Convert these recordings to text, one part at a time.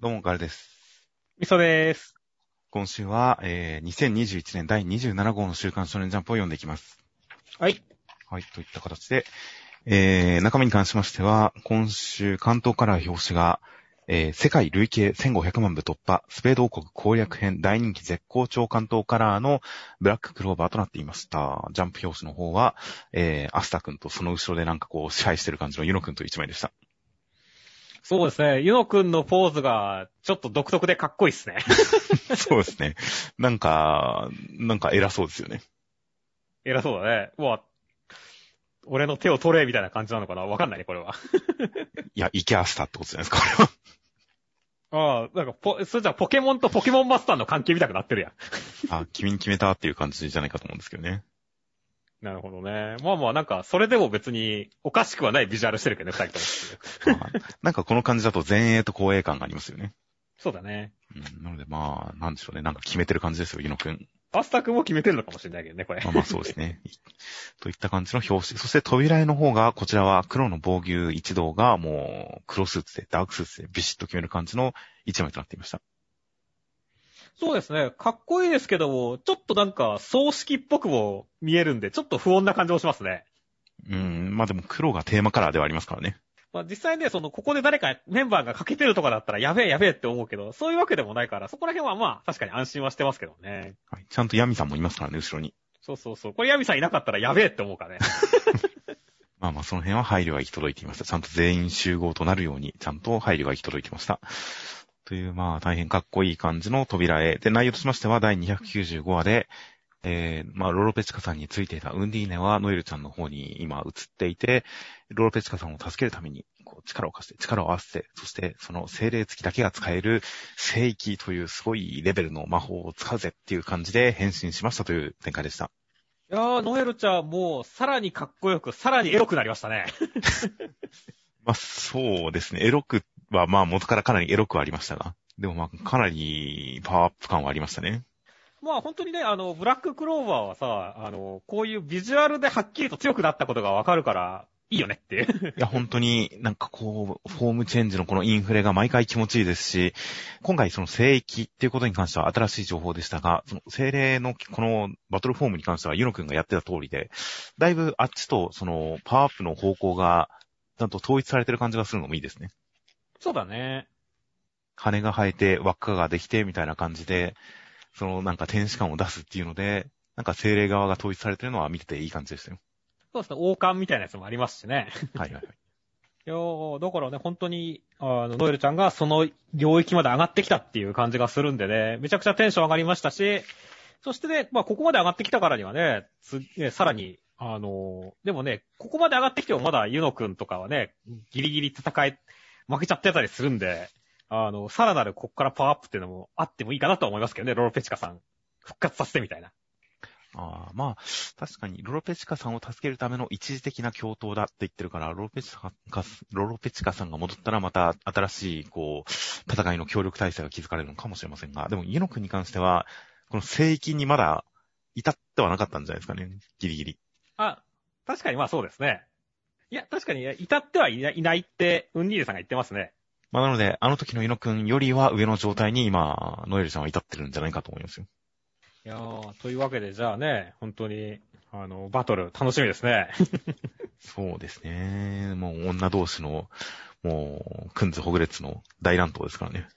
どうも、ガルです。 みそです。 今週は、2021年第27号の週刊少年ジャンプを読んでいきます。 はい。 はい、といった形で、中身に関しましては、今週関東カラー表紙が、世界累計1500万部突破、スペード王国攻略編大人気絶好調関東カラーのブラッククローバーとなっていました。ジャンプ表紙の方は、アスタ君とその後ろでなんかこう支配してる感じのユノ君と一枚でした。 そうですね。ユノくんのポーズがちょっと独特でかっこいいっすね。 そうですね。なんか偉そうですよね。 偉そうだね。うわ、俺の手を取れみたいな感じなのかな、わかんないね、これは。 いや、イケアスタってことじゃないですか、これは。 ああ、なんかそれじゃあポケモンとポケモンマスターの関係みたくなってるやん。 君に決めたっていう感じじゃないかと思うんですけどね。 なるほどね。まあまあなんか、それでも別におかしくはないビジュアルしてるけどね、二人とも。 なんかこの感じだと前衛と後衛感がありますよね。 そうだね。 なのでまあ、なんでしょうね。なんか決めてる感じですよ、ユノくん。 アスタ君も決めてるのかもしれないけどね、これ。 まあそうですね。といった感じの表紙。そして扉絵の方が、こちらは黒の防御一同がもう黒スーツで、ダークスーツでビシッと決める感じの一枚となっていました。 そうですね。かっこいいですけども、ちょっとなんか葬式っぽくも見えるんで、ちょっと不穏な感じもしますね。 まあでも黒がテーマカラーではありますからね。 まあ実際ね、ここで誰かメンバーが欠けてるとかだったらやべえやべえって思うけど、そういうわけでもないから、そこら辺はまあ確かに安心はしてますけどね。 はい、ちゃんとヤミさんもいますからね、後ろに。 そうそうそう。これヤミさんいなかったらやべえって思うからね。 まあまあその辺は配慮が行き届いていました。ちゃんと全員集合となるように、ちゃんと配慮が行き届いていました。という、まあ大変かっこいい感じの扉絵。で、内容としましては第295話で、まあロロペチカさんについていたウンディーネはノエルちゃんの方に今移っていて、ロロペチカさんを助けるために、こう力を貸して、力を合わせて、そしてその精霊付きだけが使える聖域というすごいレベルの魔法を使うぜっていう感じで変身しましたという展開でした。 いやー、ノエルちゃんもうさらにかっこよく、さらにエロくなりましたね。 まあそうですね。エロくはまあ元からかなりエロくはありましたが、でもまあかなりパワーアップ感はありましたね。 まあ本当にね、ブラッククローバーはさ、こういうビジュアルではっきりと強くなったことがわかるから、いいよねっていう。 いや、本当になんかこう、フォームチェンジのこのインフレが毎回気持ちいいですし、今回その聖域っていうことに関しては新しい情報でしたが、その精霊のこのバトルフォームに関してはユノ君がやってた通りで、だいぶあっちとそのパワーアップの方向がちゃんと統一されてる感じがするのもいいですね。 そうだね。 羽が生えて輪っかができてみたいな感じで、そのなんか天使感を出すっていうので、なんか精霊側が統一されてるのは見てていい感じでしたよ。 そうですね、王冠みたいなやつもありますしね。 はいはいはい。 いやー、だからね、本当に、ノエルちゃんがその領域まで上がってきたっていう感じがするんでね、めちゃくちゃテンション上がりましたし、そしてね、まあ、ここまで上がってきたからにはね、さらに、でもね、ここまで上がってきてもまだユノ君とかはね、ギリギリ負けちゃってたりするんで、さらなるこっからパワーアップっていうのもあってもいいかなと思いますけどね、ロロペチカさん。復活させてみたいな。 まあ、確かに、ロロペチカさんを助けるための一時的な共闘だって言ってるから、ロロペチカさんが戻ったらまた新しい、こう、戦いの協力体制が築かれるのかもしれませんが、でも、ユノ君に関しては、この聖域にまだ至ってはなかったんじゃないですかね。ギリギリ。 確かにまあそうですね。いや、確かに、至ってはいないって、ウンニーレさんが言ってますね。 まあ、なので、あの時のユノ君よりは上の状態に今、ノエルさんは至ってるんじゃないかと思いますよ。 いやー、というわけで、じゃあね、本当に、バトル楽しみですね。 そうですね。もう女同士の、もう、クンズホグレッツの大乱闘ですからね。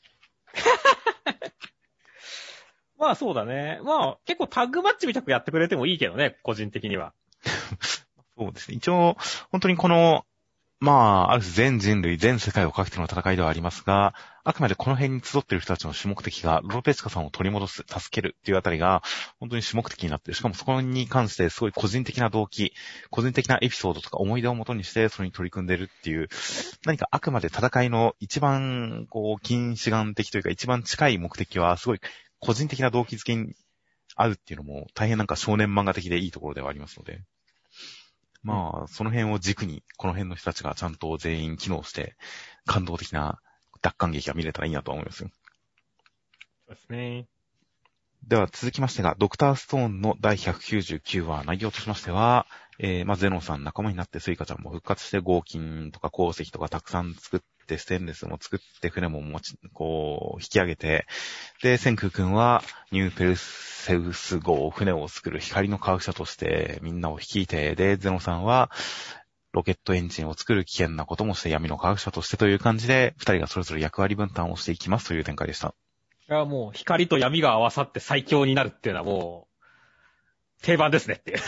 まあそうだね。まあ結構タッグマッチみたくやってくれてもいいけどね、個人的には。 そうですね。一応、本当にこの、まあ、ある種全人類、全世界をかけての戦いではありますが、あくまでこの辺に集っている人たちの主目的が、ロロペチカさんを取り戻す、助けるっていうあたりが、本当に主目的になっている。しかもそこに関してすごい個人的な動機、個人的なエピソードとか思い出をもとにして、それに取り組んでいるっていう、何かあくまで戦いの一番、こう、近視眼的というか一番近い目的は、すごい個人的な動機づけにあるっていうのも、大変なんか少年漫画的でいいところではありますので。まあ、その辺を軸に、この辺の人たちがちゃんと全員機能して、感動的な奪還劇が見れたらいいなと思いますよ。 そうですね。 では続きましてが、ドクターストーンの第199話、内容としましては、まあ、ゼノンさん仲間になってスイカちゃんも復活して合金とか鉱石とかたくさん作っ 、ステンレスも作って、船も引き上げて、で、千空くんはニューペルセウス号、船を作る光の科学者としてみんなを率いて、で、ゼノさんはロケットエンジンを作る危険なこともして闇の科学者としてという感じで、二人がそれぞれ役割分担をしていきますという展開でした。 いや、もう光と闇が合わさって最強になるっていうのはもう、定番ですねっていう。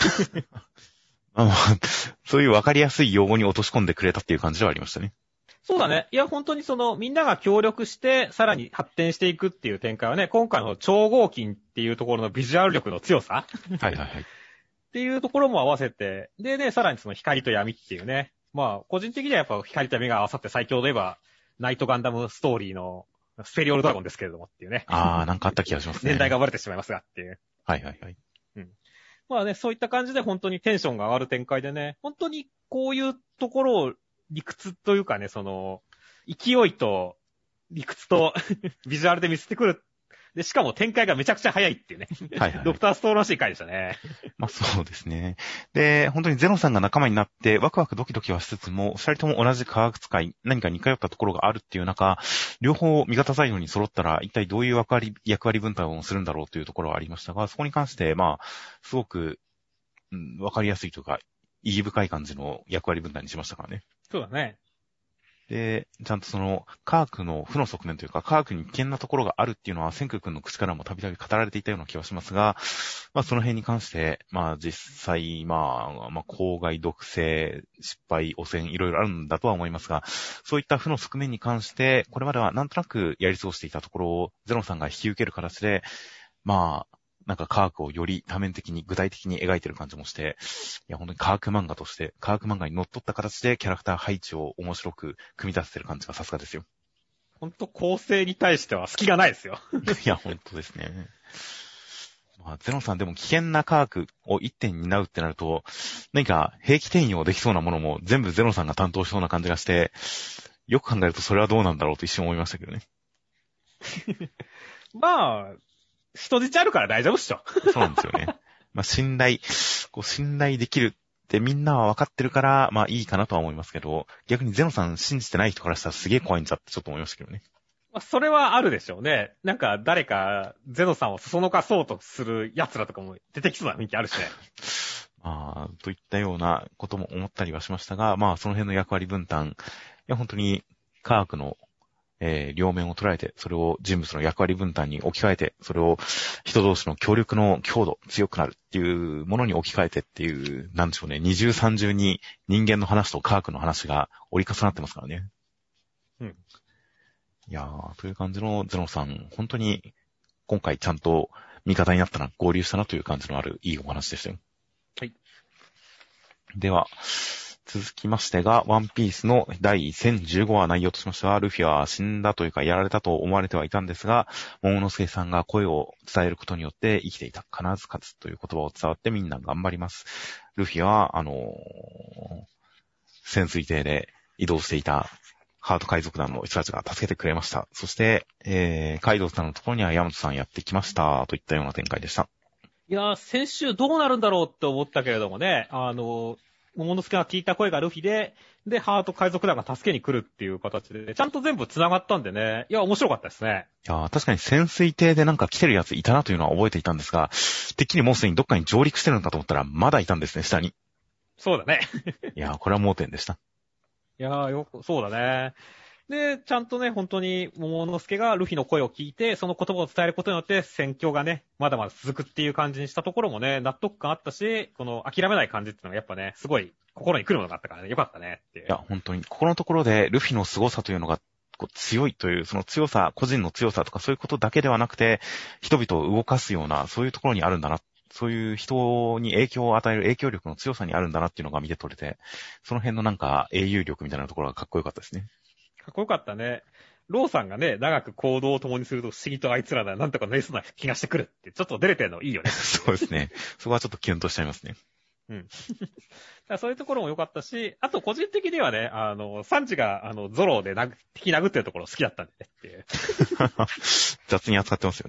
そういう分かりやすい用語に落とし込んでくれたっていう感じではありましたね。 そうだね。いや、本当にみんなが協力して、さらに発展していくっていう展開はね、今回の超合金っていうところのビジュアル力の強さはいはいはい。 っていうところも合わせて、でね、さらに光と闇っていうね、まあ、個人的にはやっぱ光と闇が合わさって最強といえば、ナイトガンダムストーリーのスペリオルドラゴンですけれどもっていうね。 なんかあった気がしますね。 年代がバレてしまいますがっていう。 はいはいはい。 うん。まあね、そういった感じで本当にテンションが上がる展開でね、本当にこういうところを理屈というかね、勢いと理屈とビジュアルで見せてくる。で、しかも展開がめちゃくちゃ早いっていうね。はいはい。ドクターストーンらしい回でしたね。 まあそうですね。で、本当にゼノさんが仲間になってワクワクドキドキはしつつも、二人とも同じ科学使い、何か似通ったところがあるっていう中、両方味方材料に揃ったら一体どういう役割分担をするんだろうというところはありましたが、そこに関してまあ、すごく、わかりやすいというか、意義深い感じの役割分担にしましたからね。 そうだね。 で、ちゃんと科学の負の側面というか、科学に危険なところがあるっていうのは、千空君の口からもたびたび語られていたような気はしますが、まあその辺に関して、まあ実際、まあ、公害、毒性、失敗、汚染、いろいろあるんだとは思いますが、そういった負の側面に関して、これまではなんとなくやり過ごしていたところを、ゼノさんが引き受ける形で、まあ、なんか科学をより多面的に具体的に描いてる感じもして、いや本当に科学漫画として、科学漫画にのっとった形でキャラクター配置を面白く組み立ててる感じがさすがですよ。 本当構成に対しては隙がないですよ。 いや本当ですね。まあ、ゼノさんでも危険な科学を一点に担うってなると、何か兵器転用できそうなものも全部ゼノさんが担当しそうな感じがして、よく考えるとそれはどうなんだろうと一瞬思いましたけどね。 まあ、人質あるから大丈夫っしょ。 そうなんですよね。まあ、信頼できるってみんなは分かってるから、まあいいかなとは思いますけど、逆にゼノさん信じてない人からしたらすげえ怖いんだってちょっと思いましたけどね。 まあ、それはあるでしょうね。なんか誰かゼノさんをそそのかそうとする奴らとかも出てきそうな雰囲気あるしね。 といったようなことも思ったりはしましたが、まあその辺の役割分担、いや本当に科学の両面を捉えて、それを人物の役割分担に置き換えて、それを人同士の協力の強度、強くなるっていうものに置き換えてっていう、なんでしょうね、二重三重に人間の話と科学の話が折り重なってますからね。 うん。 いやー、という感じのゼノさん、本当に今回ちゃんと味方になったな、合流したなという感じのあるいいお話でしたよ。 はい。 では、続きましてが、ワンピースの第1015話内容としましては、ルフィは死んだというかやられたと思われてはいたんですが、桃之助さんが声を伝えることによって生きていた。必ず勝つという言葉を伝わってみんな頑張ります。ルフィは、潜水艇で移動していたハート海賊団の人たちが助けてくれました。そして、カイドウさんのところにはヤマトさんやってきましたといったような展開でした。 いやー、先週どうなるんだろうって思ったけれどもね、桃之助が聞いた声がルフィで、ハート海賊団が助けに来るっていう形で、ちゃんと全部繋がったんでね、いや、面白かったですね。 いや、確かに潜水艇でなんか来てるやついたなというのは覚えていたんですが、てっきりもうすでにどっかに上陸してるのかと思ったら、まだいたんですね、下に。 そうだね。 いや、これは盲点でした。 いやー、そうだね。で、ちゃんとね、本当に、桃之助がルフィの声を聞いて、その言葉を伝えることによって、戦況がね、まだまだ続くっていう感じにしたところもね、納得感あったし、この諦めない感じっていうのがやっぱね、すごい心に来るものがあったからね、よかったねっていう。 いや、本当に、ここのところで、ルフィの凄さというのが、強いという、その強さ、個人の強さとかそういうことだけではなくて、人々を動かすような、そういうところにあるんだな、そういう人に影響を与える影響力の強さにあるんだなっていうのが見て取れて、その辺のなんか英雄力みたいなところがかっこよかったですね。 かっこよかったね。ローさんがね、長く行動を共にすると不思議とあいつらならなんとかなりそうな気がしてくるって、ちょっと出れてるのいいよね。 そうですね。そこはちょっとキュンとしちゃいますね。 うん。だからそういうところも良かったし、あと個人的にはね、サンジが、ゾロで敵殴ってるところ好きだったんでねっていう。 雑に扱ってますよね。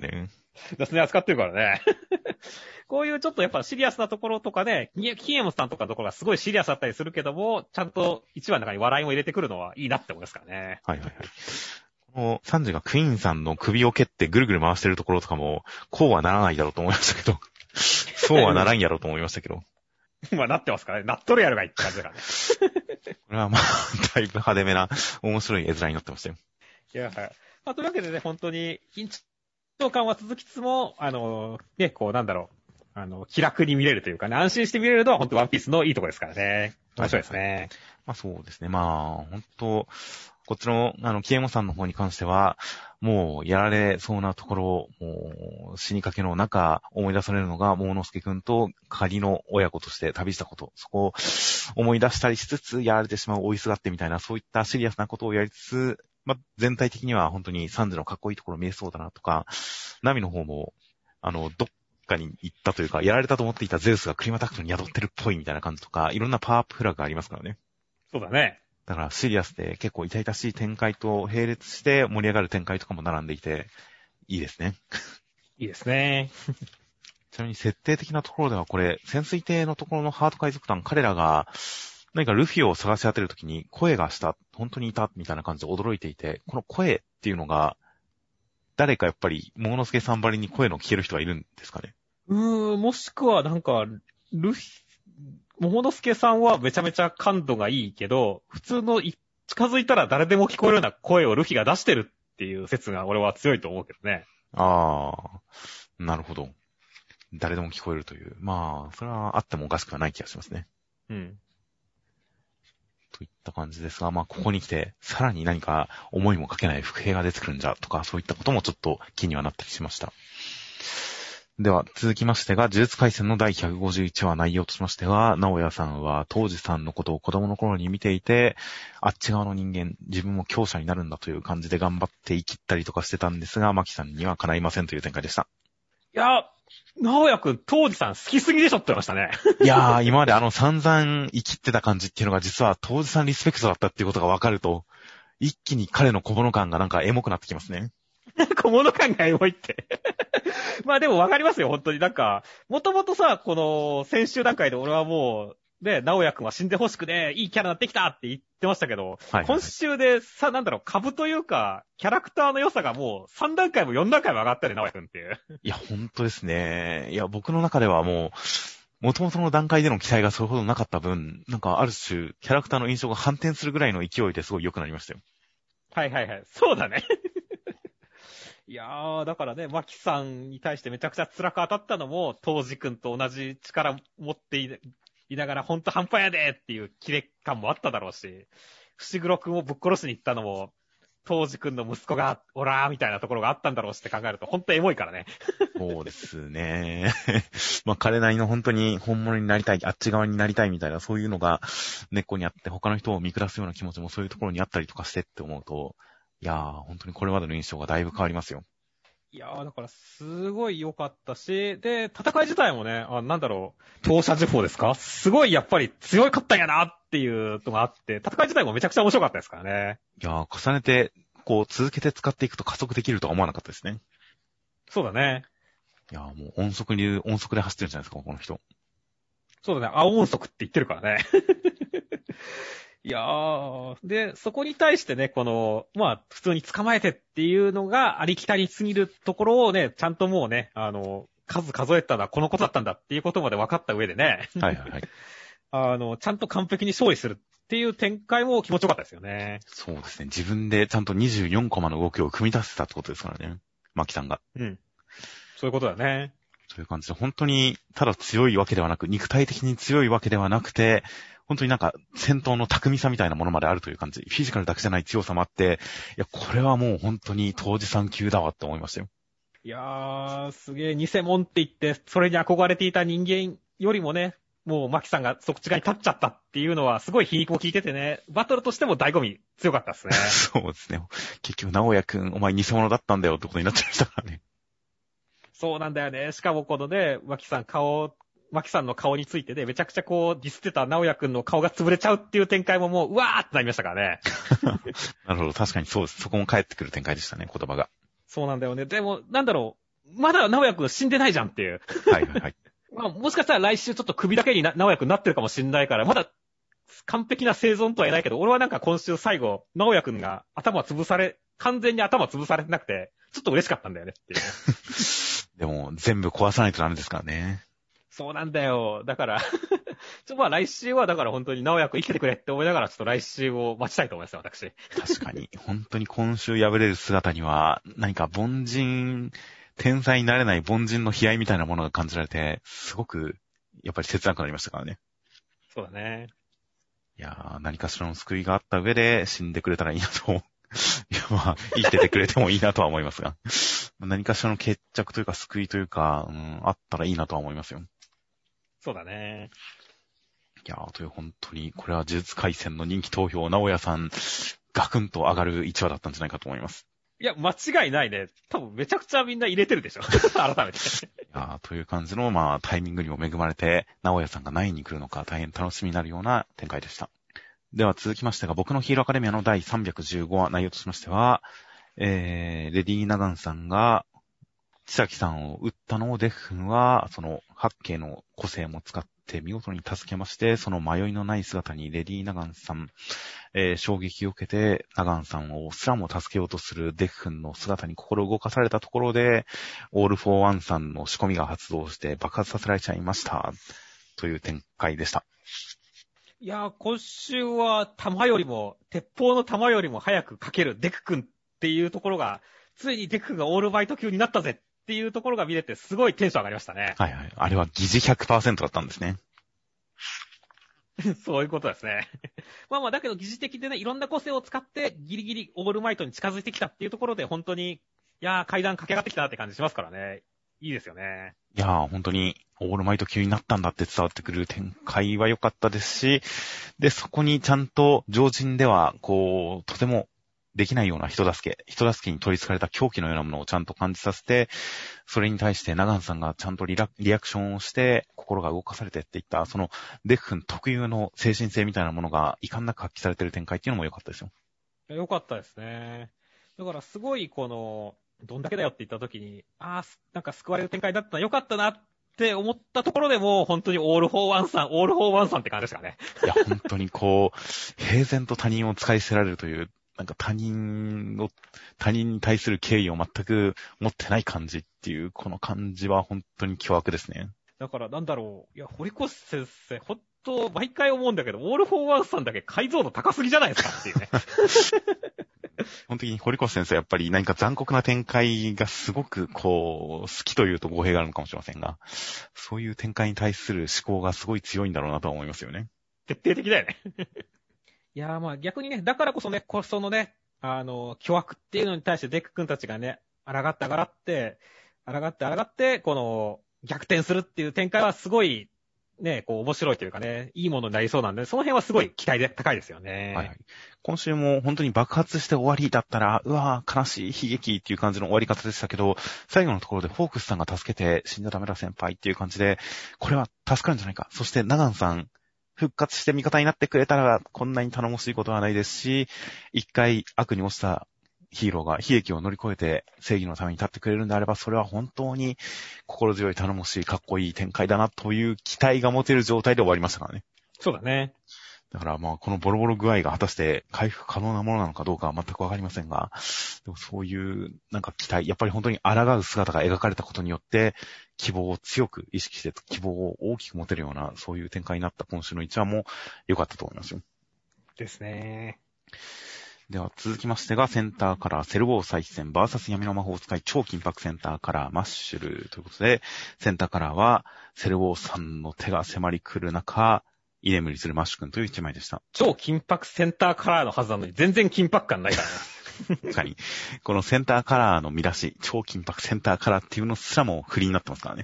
出すね扱ってるからね。こういうちょっとやっぱシリアスなところとかね、キエモさんとかのところがすごいシリアスだったりするけども、ちゃんと一話の中に笑いも入れてくるのはいいなって思いますからね。 はいはいはい。このサンジがクイーンさんの首を蹴ってぐるぐる回してるところとかも、こうはならないだろうと思いましたけど、そうはならんやろうと思いましたけど。 まあなってますからね。なっとるやろがいって感じだからね。 これはまあ、だいぶ派手めな面白い絵面になってましたよ。 いや、はい。まあ、というわけでね、本当に、緊張感は続きつつも、ね、こうなんだろう、気楽に見れるというかね、安心して見れるのは本当ワンピースのいいところですからね。面白いですね。 まあそうですね。まあ、本当こっちの、キエモさんの方に関しては、もうやられそうなところを、もう死にかけの中思い出されるのが、モモのすけくんと仮の親子として旅したこと。そこを思い出したりしつつ、やられてしまう追いすがってみたいな、そういったシリアスなことをやりつつ、まあ全体的には本当にサンジのかっこいいところ見えそうだなとか、ナミの方も、どっかに行ったというか、やられたと思っていたゼウスがクリマタクトに宿ってるっぽいみたいな感じとか、いろんなパワーアップフラグがありますからね。 そうだね。 だからシリアスで結構痛々しい展開と並列して盛り上がる展開とかも並んでいて、いいですね。 いいですね。 ちなみに設定的なところではこれ、潜水艇のところのハート海賊団、彼らが何かルフィを探し当てるときに声がした、本当にいたみたいな感じで驚いていて、この声っていうのが、誰かやっぱり、モモのすけさんばりに声の聞ける人がいるんですかね。 もしくはなんか、桃之助さんはめちゃめちゃ感度がいいけど、普通の近づいたら誰でも聞こえるような声をルフィが出してるっていう説が俺は強いと思うけどね。 ああ、なるほど。誰でも聞こえるという。まあ、それはあってもおかしくはない気がしますね。 うん。 といった感じですが、まあ、ここに来て、さらに何か思いもかけない伏兵が出てくるんじゃ、とか、そういったこともちょっと気にはなったりしました。では、続きましてが、呪術廻戦の第151話内容としましては、直哉さんは当時さんのことを子供の頃に見ていて、あっち側の人間、自分も強者になるんだという感じで頑張って生きったりとかしてたんですが、マキさんには叶いませんという展開でした。 いや、直哉くん、当時さん好きすぎでしょって言いましたね。 いやー、今まで散々生きってた感じっていうのが実は当時さんリスペクトだったっていうことが分かると、一気に彼の小物感がなんかエモくなってきますね。 小物感がエモいって。まあでもわかりますよ、本当に。なんか、もともとさ、この、先週段階で俺はもう、ね、直哉くんは死んでほしくね、いいキャラになってきたって言ってましたけど、 はいはい、 今週でさ、なんだろう、株というか、キャラクターの良さがもう3段階も4段階も上がったね、直哉くんっていう。 いや、本当ですね。いや、僕の中ではもう、元々の段階での期待がそれほどなかった分、なんかある種、キャラクターの印象が反転するぐらいの勢いですごい良くなりましたよ。 はいはいはい。そうだね。いやー、だからね、マキさんに対してめちゃくちゃ辛く当たったのも、当時くんと同じ力持っていながら、ほんと半端やでっていうキレ感もあっただろうし、伏黒くんをぶっ殺しに行ったのも、当時くんの息子が、オラーみたいなところがあったんだろうしって考えると、ほんとエモいからね。 そうですね。まあ彼なりの本当に本物になりたい、あっち側になりたいみたいな、そういうのが根っこにあって、他の人を見下すような気持ちもそういうところにあったりとかしてって思うと、いやー、本当にこれまでの印象がだいぶ変わりますよ。 いやー、だからすごい良かったし、で、戦い自体もね、なんだろう、投射時報ですか？すごいやっぱり強かったんやなっていうのがあって、戦い自体もめちゃくちゃ面白かったですからね。 いやー、重ねて、こう続けて使っていくと加速できるとは思わなかったですね。 そうだね。 いやー、もう音速で走ってるんじゃないですか、この人。 そうだね、青音速って言ってるからね。いやー、で、そこに対してね、この、まあ、普通に捕まえてっていうのがありきたりすぎるところをね、ちゃんともうね、数数えたのはこのことだったんだっていうことまで分かった上でね。 はいはいはい。 ちゃんと完璧に勝利するっていう展開も気持ちよかったですよね。 そうですね。自分でちゃんと24コマの動きを組み出せたってことですからね。マキさんが。 うん。そういうことだね。 そういう感じで、本当にただ強いわけではなく、肉体的に強いわけではなくて、本当になんか戦闘の巧みさみたいなものまであるという感じ。フィジカルだけじゃない強さもあって、いや、これはもう本当に当時3級だわって思いましたよ。 いやー、すげえ偽物って言って、それに憧れていた人間よりもね、もうマキさんがそっち側に立っちゃったっていうのはすごい皮肉も効いててね、バトルとしても醍醐味強かったですね。 そうですね。結局、直哉くん、お前偽物だったんだよってことになっちゃいましたからね。 そうなんだよね。しかもこのね、マキさんの顔についてね、めちゃくちゃこうディスってた直哉くんの顔が潰れちゃうっていう展開ももう、うわーってなりましたからね。 なるほど。確かにそうです。そこも返ってくる展開でしたね、言葉が。 そうなんだよね。でも、なんだろう。 まだ直也くん死んでないじゃんっていう。 はいはいはい。 まあ、もしかしたら来週ちょっと首だけに直也くんなってるかもしんないから、まだ完璧な生存とは言えないけど、俺はなんか今週最後、直也くんが完全に頭潰されてなくて、ちょっと嬉しかったんだよねっていう。 でも、全部壊さないとダメですからね。 そうなんだよ。だから、まあ来週はだから本当に直也くん生きててくれって思いながらちょっと来週を待ちたいと思いますよ、私。 確かに。本当に今週敗れる姿には、何か天才になれない凡人の悲哀みたいなものが感じられて、すごく、やっぱり切なくなりましたからね。 そうだね。 いやー、何かしらの救いがあった上で死んでくれたらいいなと。いや、まあ、生きててくれてもいいなとは思いますが。何かしらの決着というか救いというか、あったらいいなとは思いますよ。 そうだね。 いやー、という本当に、これは呪術廻戦の人気投票、直哉さん、ガクンと上がる1話だったんじゃないかと思います。 いや、間違いないね。多分めちゃくちゃみんな入れてるでしょ。改めて。 いやー、という感じの、まあ、タイミングにも恵まれて、直哉さんが何位に来るのか大変楽しみになるような展開でした。では続きましてが、僕のヒーローアカデミアの第315話内容としましては、レディー・ナガンさんが、千崎さんを撃ったのをデフ君は、その八景の個性も使って見事に助けまして、その迷いのない姿にレディー・ナガンさん、衝撃を受けて、ナガンさんをすらも助けようとするデフ君の姿に心動かされたところで、オール・フォー・ワンさんの仕込みが発動して爆発させられちゃいました。という展開でした。 いやー、今週は鉄砲の弾よりも早くかけるデク君っていうところが、ついにデク君がオールバイト級になったぜっていうところが見れて、すごいテンション上がりましたね。 はいはい。あれは疑似 100% だったんですね。 そういうことですね。まあまあ、だけど疑似的でね、いろんな個性を使ってギリギリオールマイトに近づいてきたっていうところで、本当に、いやー、階段駆け上がってきたなって感じしますからね。いいですよね。 いやー、本当に、オールマイト級になったんだって伝わってくる展開は良かったですし、で、そこにちゃんと常人では、とてもできないような人助けに取り憑かれた狂気のようなものをちゃんと感じさせて、それに対してナガンさんがちゃんとリアクションをして、心が動かされてっていった、そのデフ君特有の精神性みたいなものが遺憾なく発揮されている展開っていうのも良かったですよ。 良かったですね。だからすごいどんだけだよって言った時に、なんか救われる展開だったな、良かったなって思ったところでも、本当にオール・フォー・ワンさんって感じですかね。 いや、本当に平然と他人を使い捨てられるという、なんか他人に対する敬意を全く持ってない感じっていう、この感じは本当に巨悪ですね。 だからなんだろう、いや、堀越先生、本当、毎回思うんだけど、オール・フォー・ワンさんだけ解像度高すぎじゃないですかっていうね。 本当に堀越先生やっぱり何か残酷な展開がすごく好きというと語弊があるのかもしれませんが、そういう展開に対する思考がすごい強いんだろうなとは思いますよね。 徹底的だよね。いやーまあ逆にね、だからこそね、巨悪っていうのに対してデク君たちがね、抗って、逆転するっていう展開はすごい、ね、面白いというかね、いいものになりそうなんで、その辺はすごい期待で高いですよね。 はいはい。今週も本当に爆発して終わりだったら、うわー悲しい悲劇っていう感じの終わり方でしたけど、最後のところでフォークスさんが助けて死んじゃダメだ先輩っていう感じで、これは助かるんじゃないか。そしてナガンさん、復活して味方になってくれたらこんなに頼もしいことはないですし、一回悪に落ちたヒーローが悲劇を乗り越えて正義のために立ってくれるんであれば、それは本当に心強い頼もしいかっこいい展開だなという期待が持てる状態で終わりましたからね。 そうだね。 だからまあこのボロボロ具合が果たして回復可能なものなのかどうかは全くわかりませんが、でもそういうなんか期待、やっぱり本当に抗う姿が描かれたことによって希望を強く意識して希望を大きく持てるようなそういう展開になった今週の1話も良かったと思いますよ。 ですね。 では続きましてがセンターカラーセルウォー再戦 VS 闇の魔法使い超緊迫センターカラーマッシュルということで、センターカラーはセルウォーさんの手が迫り来る中、居眠りするマッシュ君という一枚でした。 超緊迫センターカラーのはずなのに全然緊迫感ないからね。 確かに、このセンターカラーの見出し、超緊迫センターカラーっていうのすらも振りになってますからね。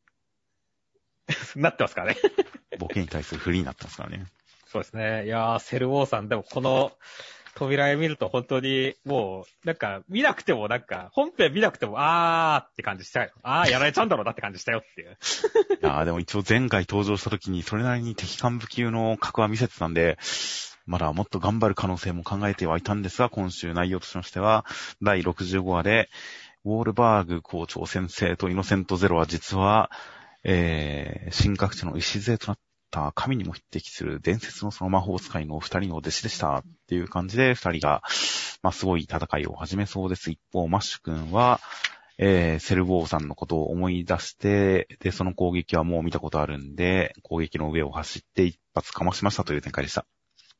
なってますからね。 ボケに対する振りになってますからね。 そうですね。いやー、セルウォーさん、でもこの扉絵見ると本当にもう、なんか見なくても本編見なくてもって感じしたよ。やられちゃうんだろうなって感じしたよっていう。 いやーでも一応前回登場した時にそれなりに敵幹部級の格は見せてたんで、まだもっと頑張る可能性も考えてはいたんですが、今週内容としましては、第65話で、 ウォールバーグ校長先生とイノセントゼロは実は、神格者の礎となった神にも匹敵する伝説のその魔法使いの二人の弟子でしたっていう感じで、二人が、まあ、すごい戦いを始めそうです。一方、マッシュ君は、セルボーさんのことを思い出して、で、その攻撃はもう見たことあるんで、攻撃の上を走って一発かましましたという展開でした。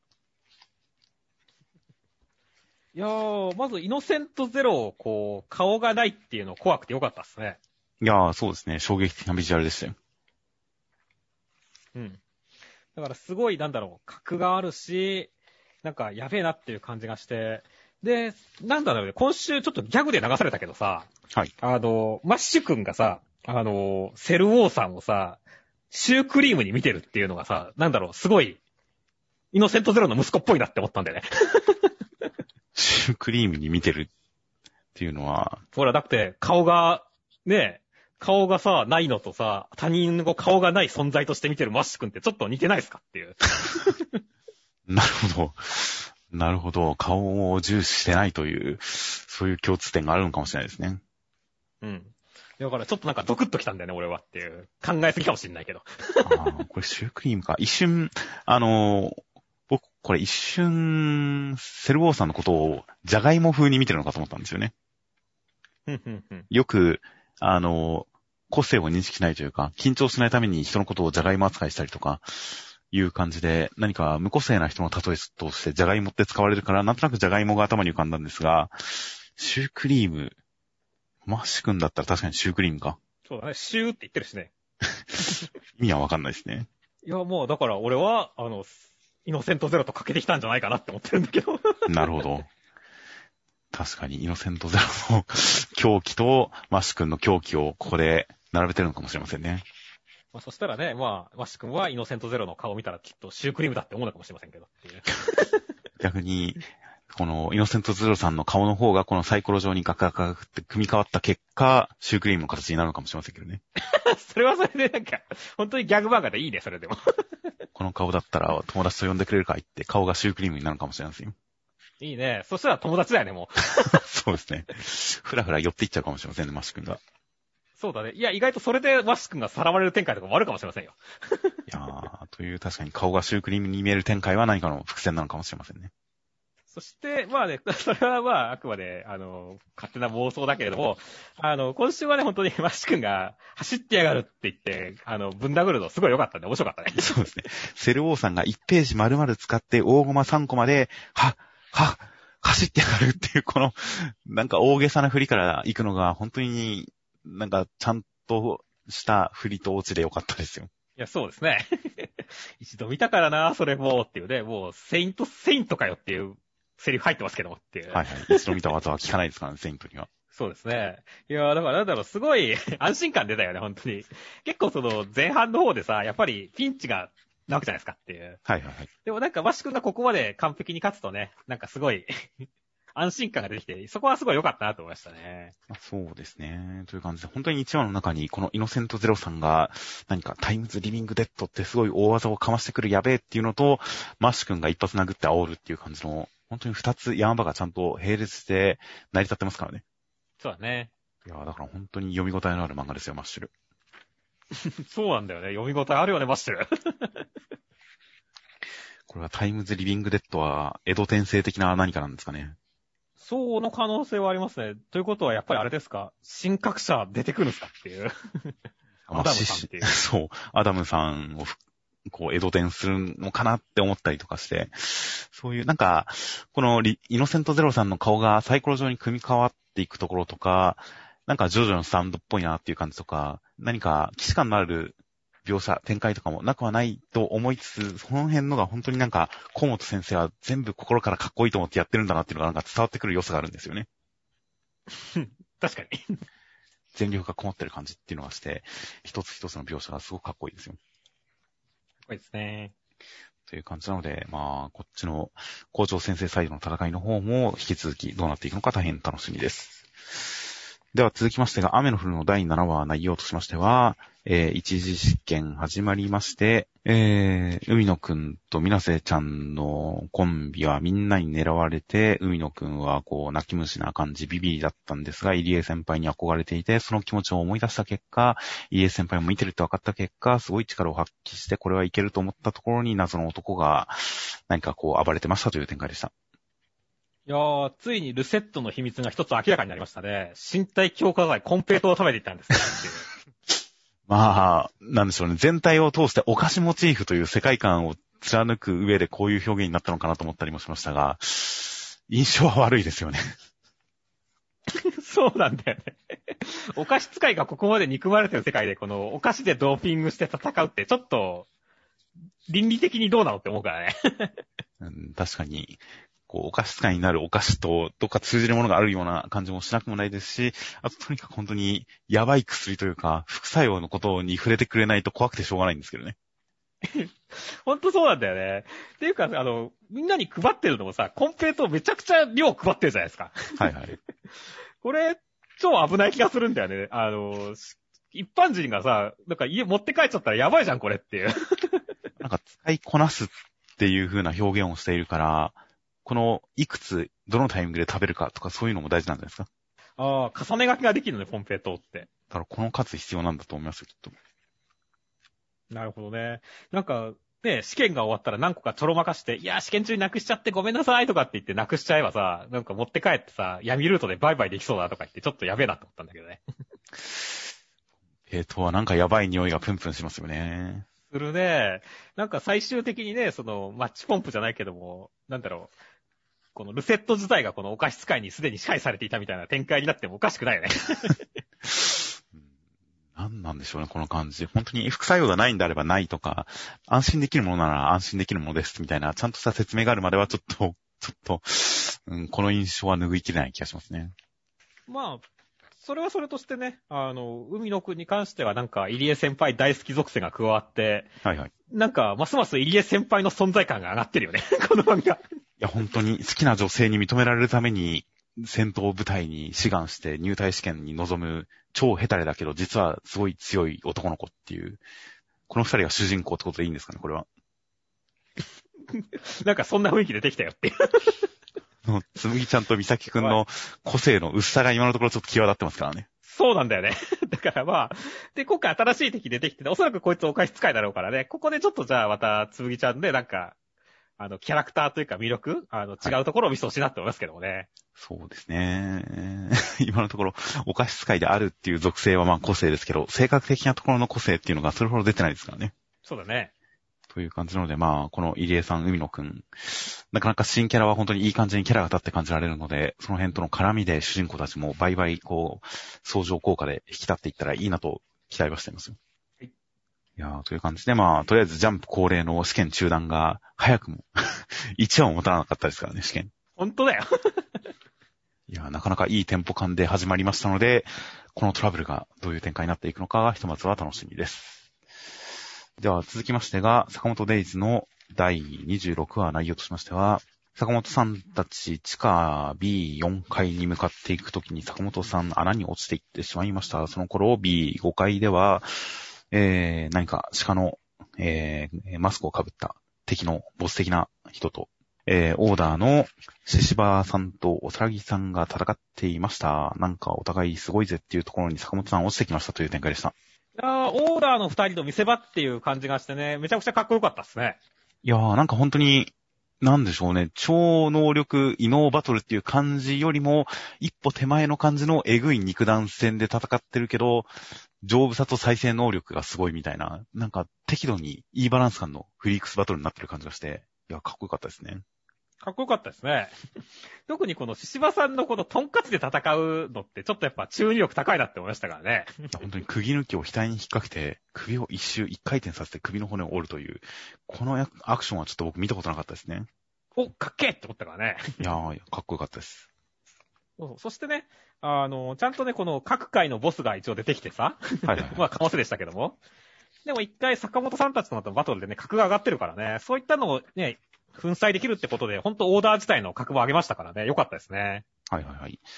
いやー、まずイノセントゼロ、こう、顔がないっていうの怖くてよかったっすね。 いやー、そうですね。衝撃的なビジュアルでしたよ。 うん。だからすごい、格があるし、なんかやべえなっていう感じがして、で、なんだろうね、今週ちょっとギャグで流されたけどさ、 はい。 マッシュ君がさ、セルウォーさんをさ、シュークリームに見てるっていうのがさ、すごい、イノセントゼロの息子っぽいなって思ったんだよね。 シュークリームに見てるっていうのは、 ほら、だって顔がさ、ないのとさ、他人の顔がない存在として見てるマッシュ君ってちょっと似てないですかっていう。 なるほど。なるほど。顔を重視してないという、そういう共通点があるのかもしれないですね。 うん。だからちょっとドクッときたんだよね、俺はっていう。考えすぎかもしれないけど。 これシュークリームか。一瞬、僕、これ一瞬、セルボーさんのことを、ジャガイモ風に見てるのかと思ったんですよね。よく、個性を認識しないというか、緊張しないために人のことをジャガイモ扱いしたりとか、いう感じで、何か無個性な人の例えとしてジャガイモって使われるから、なんとなくジャガイモが頭に浮かんだんですが、シュークリーム、マッシュ君だったら確かにシュークリームか。 そうだね、シューって言ってるしね。 意味はわかんないですね。 いや、もうだから俺は、イノセントゼロとかけてきたんじゃないかなって思ってるんだけど。 なるほど。確かにイノセントゼロの狂気とマッシュ君の狂気をここで並べてるのかもしれませんね。 まあ、そしたらね、マッシュ君はイノセントゼロの顔を見たらきっとシュークリームだって思うのかもしれませんけどっていう。 逆に、このイノセントゼロさんの顔の方がこのサイコロ状にガクガクガクって組み替わった結果、シュークリームの形になるのかもしれませんけどね。 それはそれで本当にギャグ漫画でいいね、それでも。 この顔だったら友達と呼んでくれるか言って顔がシュークリームになるかもしれないですよ。 いいね。そしたら友達だよね、もう。 そうですね。ふらふら寄っていっちゃうかもしれませんね、マッシュ君が。 そうだね。いや、意外とそれでマッシュ君がさらわれる展開とかもあるかもしれませんよ。 いやー、という確かに顔がシュークリームに見える展開は何かの伏線なのかもしれませんね。 そして、まあね、それはあくまで、勝手な妄想だけれども、今週はね、本当にマッシュ君が走ってやがるって言って、ぶん殴るのすごい良かったね。面白かったね。 そうですね。セルオーさんが1ページ丸々使って大駒3コマで、走ってやがるっていう、この、なんか大げさな振りから行くのが、本当になんかちゃんとした振りと落ちで良かったですよ。 いや、そうですね。一度見たからな、それも、っていうね、もう、セイントかよっていうセリフ入ってますけどもっていう。 はいはい。一度見た技は聞かないですからね、セイントには。 そうですね。いや、だからすごい安心感出たよね、本当に。結構前半の方でさ、やっぱりピンチがなわけじゃないですかっていう。 はいはいはい。 でもマッシュ君がここまで完璧に勝つとね、すごい安心感が出てきて、そこはすごい良かったなと思いましたね。 そうですね。という感じで、本当に1話の中に、このイノセントゼロさんが、何かタイムズリビングデッドってすごい大技をかましてくるやべえっていうのと、マッシュ君が一発殴って煽るっていう感じの、本当に2つ山場がちゃんと並列して成り立ってますからね。 そうだね。 いやだから本当に読み応えのある漫画ですよ、マッシュル。 そうなんだよね。読み応えあるよね、マッシュル。 これはタイムズリビングデッドは、江戸転生的な何かなんですかね。 そうの可能性はありますね。ということは、やっぱりあれですか、新格者出てくるんですかっていう。アダムさんっていう。 そう、アダムさんをこう、江戸転するのかなって思ったりとかして、そういう、なんか、このイノセントゼロさんの顔がサイコロ状に組み替わっていくところとか、なんかジョジョのスタンドっぽいなっていう感じとか、何か既視感のある描写、展開とかもなくはないと思いつつ、その辺のが本当になんか、河本先生は全部心からかっこいいと思ってやってるんだなっていうのがなんか伝わってくる良さがあるんですよね。 確かに。 全力がこもってる感じっていうのがして、一つ一つの描写がすごくかっこいいですよ。 こいですね。 という感じなので、まあ、こっちの校長先生サイドの戦いの方も引き続きどうなっていくのか大変楽しみです。では続きましてが、雨の降るの第7話内容としましては、 一次試験始まりまして、海野くんと水瀬ちゃんのコンビはみんなに狙われて、海野くんはこう泣き虫な感じ、ビビリだったんですが、入江先輩に憧れていて、その気持ちを思い出した結果、入江先輩も見てるって分かった結果、すごい力を発揮して、これはいけると思ったところに謎の男が何かこう暴れてましたという展開でした。 いやー、ついにルセットの秘密が一つ明らかになりましたね。身体強化剤コンペイトを食べていったんですねっていう。 まあ、なんでしょうね。全体を通してお菓子モチーフという世界観を貫く上でこういう表現になったのかなと思ったりもしましたが、印象は悪いですよね。 そうなんだよね。お菓子使いがここまで憎まれてる世界で、このお菓子でドーピングして戦うってちょっと、倫理的にどうなのって思うからね。 確かに、こう、お菓子使いになるお菓子とどっか通じるものがあるような感じもしなくもないですし、あととにかく本当にやばい薬というか、副作用のことに触れてくれないと怖くてしょうがないんですけどね。 ほんとそうなんだよね。っていうか、みんなに配ってるのもさ、コンペイトめちゃくちゃ量配ってるじゃないですか。 はいはい。 これ、超危ない気がするんだよね。一般人がさ、なんか家持って帰っちゃったらやばいじゃん、これっていう。 なんか使いこなすっていう風な表現をしているから、このいくつ、どのタイミングで食べるかとかそういうのも大事なんじゃないですか。 ああ、重ね書きができるのね、コンペイトって。 だからこの数必要なんだと思いますよ、きっと。 なるほどね。なんか、ね、試験が終わったら何個かちょろまかして、いや、試験中になくしちゃってごめんなさいとかって言ってなくしちゃえばさ、なんか持って帰ってさ、闇ルートでバイバイできそうだとか言ってちょっとやべえなと思ったんだけどね。 はなんかやばい匂いがプンプンしますよね。 するね。なんか最終的にね、マッチポンプじゃないけども、なんだろう。このルセット自体がこのお菓子使いにすでに支配されていたみたいな展開になってもおかしくないよね。 何なんでしょうね、この感じ。本当に副作用がないんであればないとか、安心できるものなら安心できるものですみたいな、ちゃんとした説明があるまではちょっと、この印象は拭いきれない気がしますね。 まあ、それはそれとしてね、海野くんに関してはなんか、入江先輩大好き属性が加わって、 はいはい。 なんか、ますます入江先輩の存在感が上がってるよね、この漫画。 いや、本当に好きな女性に認められるために、戦闘部隊に志願して入隊試験に臨む超ヘタレだけど、実はすごい強い男の子っていう、この二人が主人公ってことでいいんですかね、これは。 なんかそんな雰囲気でできたよっていう。 つむぎちゃんとみさきくんの個性の薄さが今のところちょっと際立ってますからね。 そうなんだよね。だからまあ、で、今回新しい敵出てきてて、おそらくこいつお菓子使いだろうからね、ここでちょっとじゃあまたつむぎちゃんでなんか、キャラクターというか魅力違うところを見せてほしいなって思いますけどもね。 そうですね。今のところ、お菓子使いであるっていう属性はまあ個性ですけど、性格的なところの個性っていうのがそれほど出てないですからね。 そうだね。 という感じなので、まあ、この入江さん、海野くん、なかなか新キャラは本当にいい感じにキャラが立って感じられるので、その辺との絡みで主人公たちもバイバイ、こう、相乗効果で引き立っていったらいいなと期待はしていますよ。 はい。 いやー、という感じで、まあ、とりあえずジャンプ恒例の試験中断が早くも1話も持たなかったですからね、試験。 本当だよ。 いやー、なかなかいいテンポ感で始まりましたので、このトラブルがどういう展開になっていくのかがひとまずは楽しみです。では続きましてが、坂本デイズの第26話内容としましては、坂本さんたち地下 B4 階に向かっていくときに坂本さん穴に落ちていってしまいました。その頃 B5 階では、何か鹿の、マスクをかぶった敵のボス的な人と、オーダーのシシバさんとおさらぎさんが戦っていました。なんかお互いすごいぜっていうところに坂本さん落ちてきましたという展開でした。 オーダーの二人の見せ場っていう感じがしてね、めちゃくちゃかっこよかったですね。 いやー、なんか本当に、なんでしょうね、超能力異能バトルっていう感じよりも、一歩手前の感じのエグい肉弾戦で戦ってるけど、丈夫さと再生能力がすごいみたいな、なんか適度にいいバランス感のフリークスバトルになってる感じがして、いや、かっこよかったですね。 かっこよかったですね。特にこの獅子場さんのこのトンカチで戦うのってちょっとやっぱ注入力高いなって思いましたからね。 本当に釘抜きを額に引っ掛けて、首を一回転させて首の骨を折るという、このアクションはちょっと僕見たことなかったですね。 お、かっけーって思ったからね。 いやー、かっこよかったです。 そしてね、ちゃんとね、この各界のボスが一応出てきてさ。 はいはい。 まあ、かもせでしたけども。でも一回坂本さんたちとのバトルでね、格が上がってるからね、そういったのをね、粉砕できるってことで、本当オーダー自体の格も上げましたからね、よかったですね。 はいはいはい。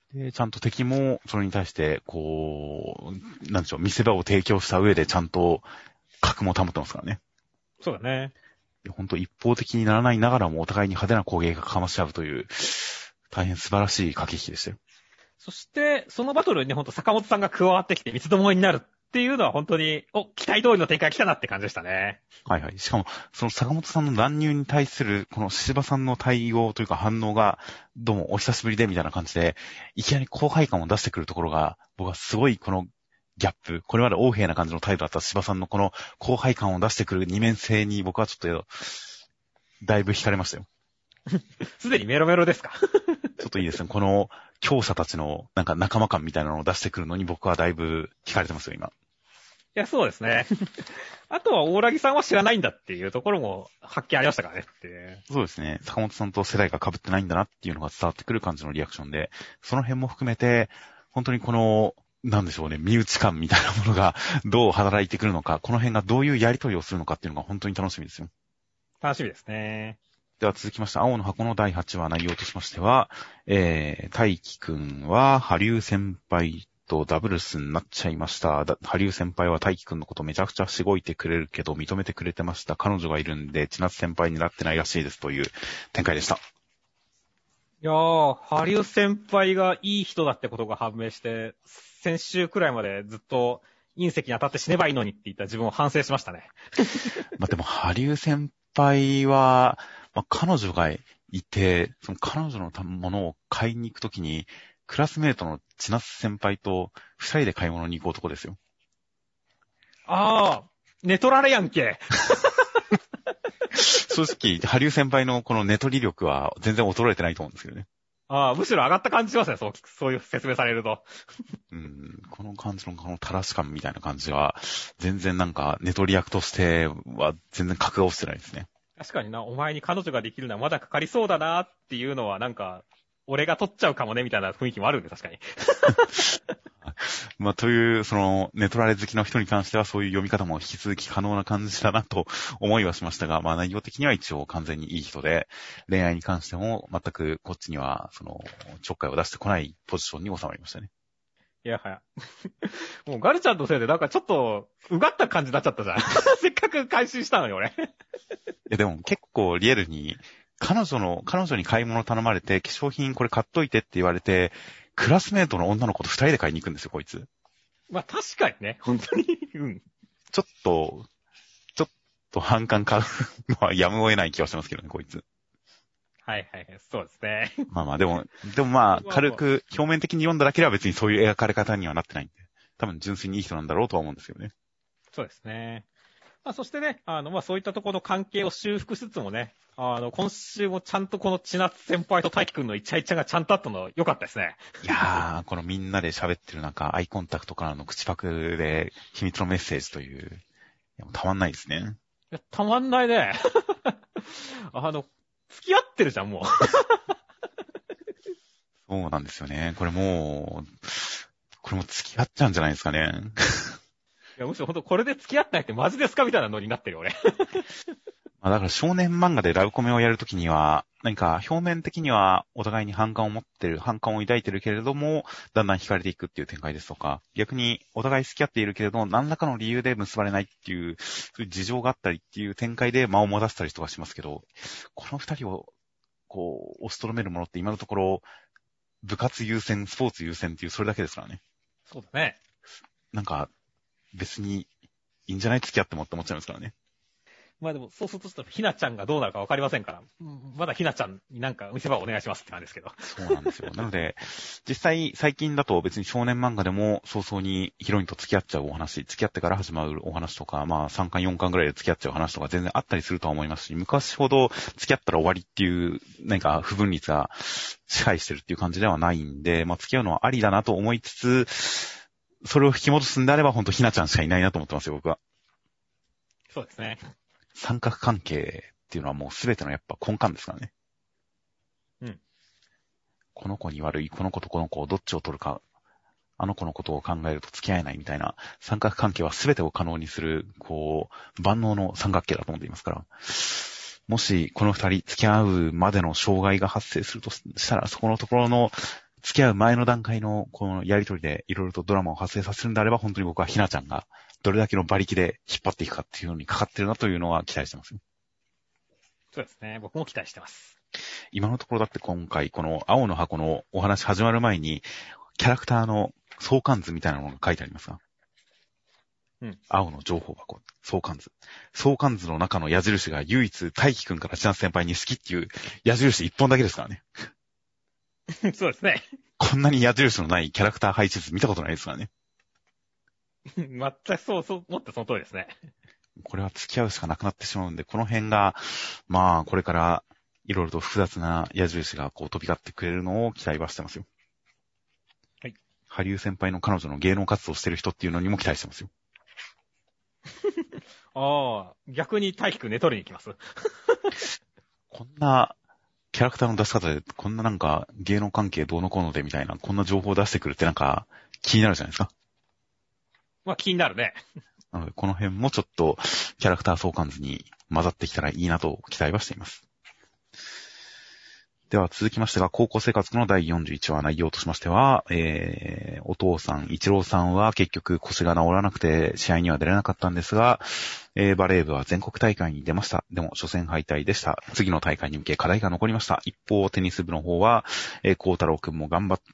で、ちゃんと敵もそれに対して、こう、なんでしょう、見せ場を提供した上でちゃんと格も保ってますからね。 そうだね。 本当一方的にならないながらもお互いに派手な攻撃がかまし合うという、大変素晴らしい駆け引きでしたよ。 そして、そのバトルにね、ほんと坂本さんが加わってきて三つどもえになるっていうのは本当に、期待通りの展開来たなって感じでしたね。 はいはい。しかも、その坂本さんの乱入に対する、この獅子場さんの対応というか反応が、どうもお久しぶりでみたいな感じで、いきなり後輩感を出してくるところが、僕はすごいこのギャップ、これまで横柄な感じの態度だった獅子場さんのこの後輩感を出してくる二面性に僕はちょっと、だいぶ惹かれましたよ。 すでにメロメロですか？ ちょっといいですね。この強者たちのなんか仲間感みたいなのを出してくるのに僕はだいぶ惹かれてますよ、今。 いや、そうですね。あとは、大良木さんは知らないんだっていうところも発見ありましたからねっていう。 そうですね。坂本さんと世代が被ってないんだなっていうのが伝わってくる感じのリアクションで、その辺も含めて、本当にこの、なんでしょうね、身内感みたいなものがどう働いてくるのか、この辺がどういうやりとりをするのかっていうのが本当に楽しみですよ。 楽しみですね。 では続きまして、青の箱の第8話内容としましては、大輝くんは、羽生先輩とダブルスになっちゃいました。羽生先輩は大輝くんのことめちゃくちゃしごいてくれるけど認めてくれてました。彼女がいるんで、千夏先輩になってないらしいですという展開でした。 いやー、羽生先輩がいい人だってことが判明して、先週くらいまでずっと隕石に当たって死ねばいいのにって言った自分を反省しましたね。 まあ、でも、羽生先輩は、彼女がいて、その彼女のものを買いに行くときに、クラスメートの千夏先輩と二人で買い物に行く男ですよ。 あー、寝取られやんけ。 正直、羽生先輩のこの寝取り力は全然衰えてないと思うんですけどね。 ああ、むしろ上がった感じしますね、そういう説明されると。 この感じのこの正し感みたいな感じは、全然なんか寝取り役としては全然格が落ちてないですね。 確かにな、お前に彼女ができるのはまだかかりそうだなっていうのはなんか、俺が取っちゃうかもねみたいな雰囲気もあるんで、確かに。 という、その、寝取られ好きの人に関してはそういう読み方も引き続き可能な感じだなと思いはしましたが、内容的には一応完全にいい人で、恋愛に関しても全くこっちには、その、ちょっかいを出してこないポジションに収まりましたね。 いやはや。もうガルちゃんのせいでなんかちょっと、うがった感じになっちゃったじゃん。せっかく回収したのに俺。 いやでも結構リアルに、彼女に買い物頼まれて、化粧品これ買っといてって言われて、クラスメートの女の子と二人で買いに行くんですよ、こいつ。 確かにね、本当に。うん。 ちょっと反感買うのはやむを得ない気はしますけどね、こいつ。 はいはいはい、そうですね。 でも軽く表面的に読んだだけでは別にそういう描かれ方にはなってないんで、多分純粋にいい人なんだろうとは思うんですよね。 そうですね。そしてね、そういったところの関係を修復しつつもね、今週もちゃんとこの千夏先輩と大輝くんのイチャイチャがちゃんとあったの良かったですね。 いやー、このみんなで喋ってる中、アイコンタクトからの口パクで秘密のメッセージという、たまんないですね。 いや、たまんないね。付き合ってるじゃん、もう。 そうなんですよね。これも付き合っちゃうんじゃないですかね。 いや、むしろ本当これで付き合ってないってマジですかみたいなノリになってるよ、俺。 だから少年漫画でラブコメをやるときには、何か表面的にはお互いに反感を抱いてるけれども、だんだん惹かれていくっていう展開ですとか、逆にお互い付き合っているけれど、何らかの理由で結ばれないっていう、そういう事情があったりっていう展開で間を持たせたりとかしますけど、この二人を、押しとどめるものって今のところ、部活優先、スポーツ優先っていうそれだけですからね。 そうだね。 なんか、別にいいんじゃない付き合ってもって思っちゃいますからね。 でも、そうするとちょっとひなちゃんがどうなるかわかりませんから、まだひなちゃんになんか見せ場をお願いしますって感じですけど。 そうなんですよ。なので、実際最近だと別に少年漫画でも早々にヒロインと付き合っちゃうお話、付き合ってから始まるお話とか、3巻4巻ぐらいで付き合っちゃう話とか全然あったりするとは思いますし、昔ほど付き合ったら終わりっていう、何か不分率が支配してるっていう感じではないんで、付き合うのはありだなと思いつつ、それを引き戻すんであれば本当ひなちゃんしかいないなと思ってますよ、僕は。 そうですね。 三角関係っていうのはもう全てのやっぱ根幹ですからね。 うん。 この子に悪い、この子とこの子をどっちを取るか、あの子のことを考えると付き合えないみたいな三角関係は全てを可能にする、万能の三角形だと思っていますから。もしこの二人付き合うまでの障害が発生するとしたら、そこのところの付き合う前の段階のこのやりとりでいろいろとドラマを発生させるんであれば、本当に僕はひなちゃんがどれだけの馬力で引っ張っていくかっていうのにかかってるなというのは期待してますよ。 そうですね。僕も期待してます。 今のところだって今回この青の箱のお話始まる前にキャラクターの相関図みたいなものが書いてありますが、青の情報箱、相関図。相関図の中の矢印が唯一大輝くんから千夏先輩に好きっていう矢印一本だけですからね。 そうですね。 こんなに矢印のないキャラクター配置図見たことないですからね。 全くそう、もってその通りですね。 これは付き合うしかなくなってしまうんで、この辺が、まあ、これからいろいろと複雑な矢印がこう飛び交ってくれるのを期待はしてますよ。 はい。 羽生先輩の彼女の芸能活動してる人っていうのにも期待してますよ。 ああ、逆に大輝くん寝取りに行きます。 こんなキャラクターの出し方で、こんななんか芸能関係どうのこうのでみたいな、こんな情報を出してくるってなんか気になるじゃないですか。 まあ気になるね。 なので、この辺もちょっとキャラクター相関図に混ざってきたらいいなと期待はしています。では続きましてが、高校生活の第41話内容としましては、お父さん、一郎さんは結局腰が治らなくて試合には出れなかったんですが、バレー部は全国大会に出ました。でも初戦敗退でした。次の大会に向け課題が残りました。一方、テニス部の方は、孝太郎くんも頑張って、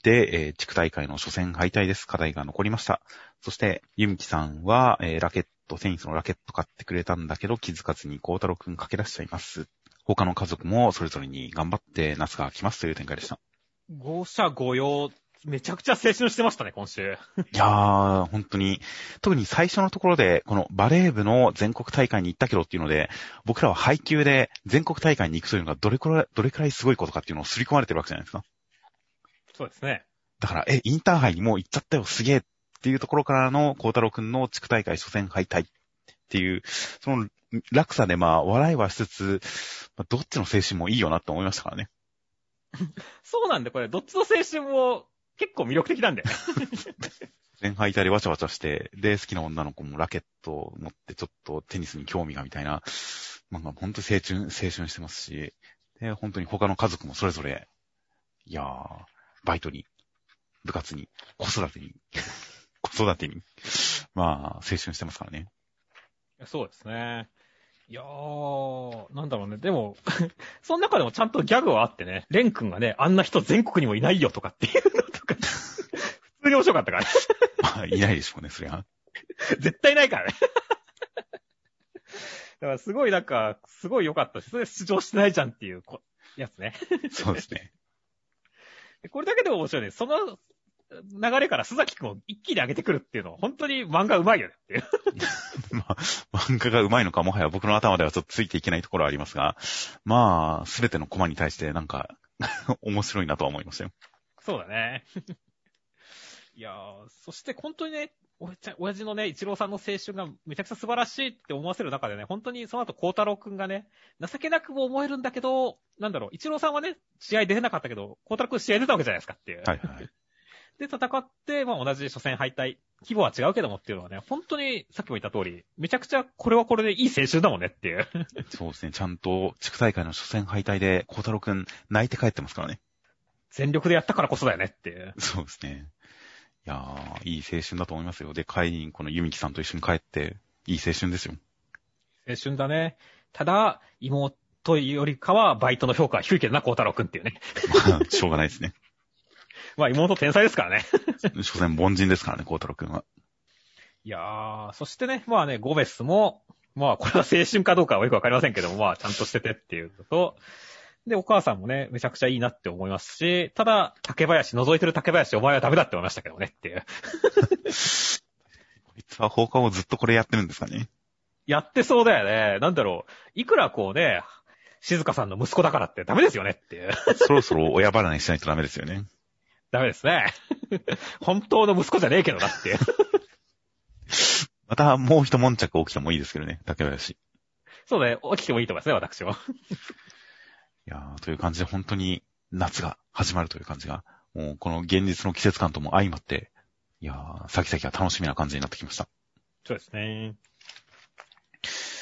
地区大会の初戦敗退です。課題が残りました。そして、ゆみきさんは、テニスのラケット買ってくれたんだけど気づかずに孝太郎くん駆け出しちゃいます。他の家族もそれぞれに頑張って夏が来ますという展開でした。 五者五様、めちゃくちゃ青春してましたね、今週。 いやー、本当に、特に最初のところで、このバレー部の全国大会に行ったけどっていうので、僕らは配給で全国大会に行くというのがどれくらいすごいことかっていうのを刷り込まれてるわけじゃないですか。 そうですね。 だから、インターハイにもう行っちゃったよ、すげえっていうところからの孝太郎くんの地区大会初戦敗退っていう、その落差で笑いはしつつ、どっちの青春もいいよなって思いましたからね。 そうなんで、これ、どっちの青春も結構魅力的なんで。 前敗退でわちゃわちゃして、で、好きな女の子もラケットを持ってちょっとテニスに興味がみたいな、本当に青春してますし、で、本当に他の家族もそれぞれ、いやー、バイトに、部活に、子育てに、青春してますからね。 そうですね。いやー、なんだろうね。でも、その中でもちゃんとギャグはあってね、レン君がね、あんな人全国にもいないよとかっていうのとか、普通に面白かったからね。 いないでしょうね、そりゃ。 絶対ないからね。だからすごいすごい良かったし、それ出場してないじゃんっていうやつね。 そうですね。 これだけでも面白いね。その流れから須崎くんを一気に上げてくるっていうのは、本当に漫画うまいよねっていう。 漫画がうまいのかもはや僕の頭ではちょっとついていけないところはありますが、すべてのコマに対して面白いなとは思いましたよ。 そうだね。いやー、そして本当にね、親父のね、一郎さんの青春がめちゃくちゃ素晴らしいって思わせる中でね、本当にその後孝太郎くんがね、情けなくも思えるんだけど、一郎さんはね、試合出れなかったけど、孝太郎くん試合出たわけじゃないですかっていう。 はいはい。 で、戦って、同じ初戦敗退、規模は違うけどもっていうのはね、本当にさっきも言った通り、めちゃくちゃこれはこれでいい青春だもんねっていう。 そうですね、ちゃんと地区大会の初戦敗退で孝太郎くん泣いて帰ってますからね。 全力でやったからこそだよねっていう。 そうですね。いやー、いい青春だと思いますよ。で、帰りにこのユミキさんと一緒に帰って、いい青春ですよ。 青春だね。ただ、妹よりかはバイトの評価は低いけどな、孝太郎くんっていうね。 しょうがないですね。 妹天才ですからね。 所詮凡人ですからね、孝太郎くんは。 いやー、そしてね、ゴメスも、これは青春かどうかはよくわかりませんけども、ちゃんとしててっていうのと、で、お母さんもね、めちゃくちゃいいなって思いますし、ただ、覗いてる竹林、お前はダメだって思いましたけどねっていう。こいつは放課後ずっとこれやってるんですかね。 やってそうだよね。いくら静香さんの息子だからってダメですよねっていう。 そろそろ親離れしないとダメですよね。 ダメですね。本当の息子じゃねえけどなっていう。 またもう一悶着起きてもいいですけどね、竹林。 そうね、起きてもいいと思いますね、私も。 いやー、という感じで本当に夏が始まるという感じが、もうこの現実の季節感とも相まって、いやー、先々は楽しみな感じになってきました。 そうですね。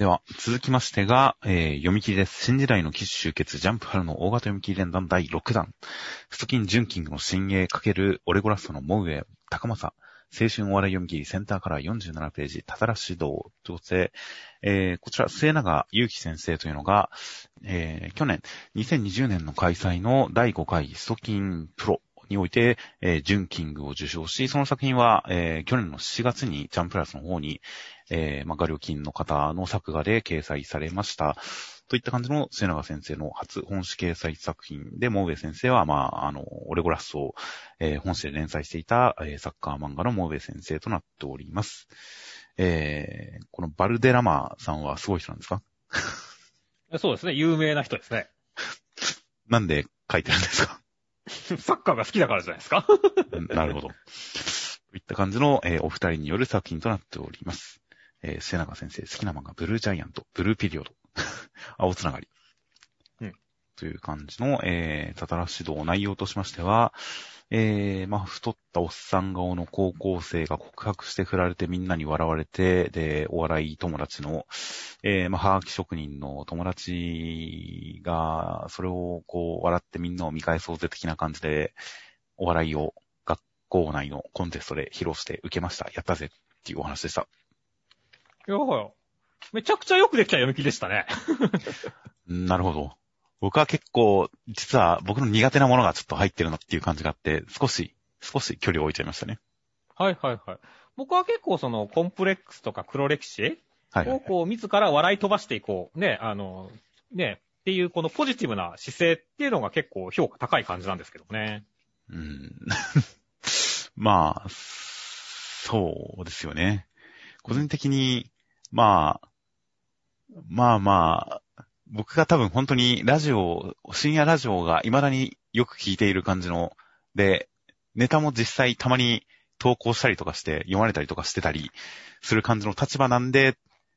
では、続きましてが、読み切りです。新時代の騎士集結、ジャンプ春の大型読み切り連弾第6弾。ストキン・ジュンキングの新鋭×オレゴラストのモウエ、高政、青春お笑い読み切りセンターカラー47ページ、たたら指導ということで、こちら、末永祐樹先生というのが、去年、2020年の開催の第5回ストキンプロにおいて、ジュンキングを受賞し、その作品は、去年の7月にジャンプラスの方に、画料金の方の作画で掲載されました。といった感じの末永先生の初本誌掲載作品で、モウエ先生は、オレゴラスを、本誌で連載していた、サッカー漫画のモウエ先生となっております。このバルデラマさんはすごい人なんですか？ そうですね。有名な人ですね。 なんで書いてるんですか？ サッカーが好きだからじゃないですか。 なるほど。といった感じの、お二人による作品となっております。末永先生、好きな漫画、ブルージャイアント、ブルーピリオド、青つながり。という感じの、たたら指導内容としましては、太ったおっさん顔の高校生が告白して振られてみんなに笑われて、で、お笑い友達の、はがき職人の友達が、それを笑ってみんなを見返そうぜ的な感じで、お笑いを学校内のコンテストで披露して受けました。やったぜっていうお話でした。 いやめちゃくちゃよくできた読み切りでしたね。 なるほど。僕は結構、実は僕の苦手なものがちょっと入ってるなっていう感じがあって、少し距離を置いちゃいましたね。 はい。僕は結構コンプレックスとか黒歴史を自ら笑い飛ばしていこう。っていうこのポジティブな姿勢っていうのが結構評価高い感じなんですけどね。 そうですよね。個人的に、僕が多分本当に深夜ラジオが未だによく聞いている感じの、で、ネタも実際たまに投稿したりとかして読まれたりとかしてたりする感じの立場なんで、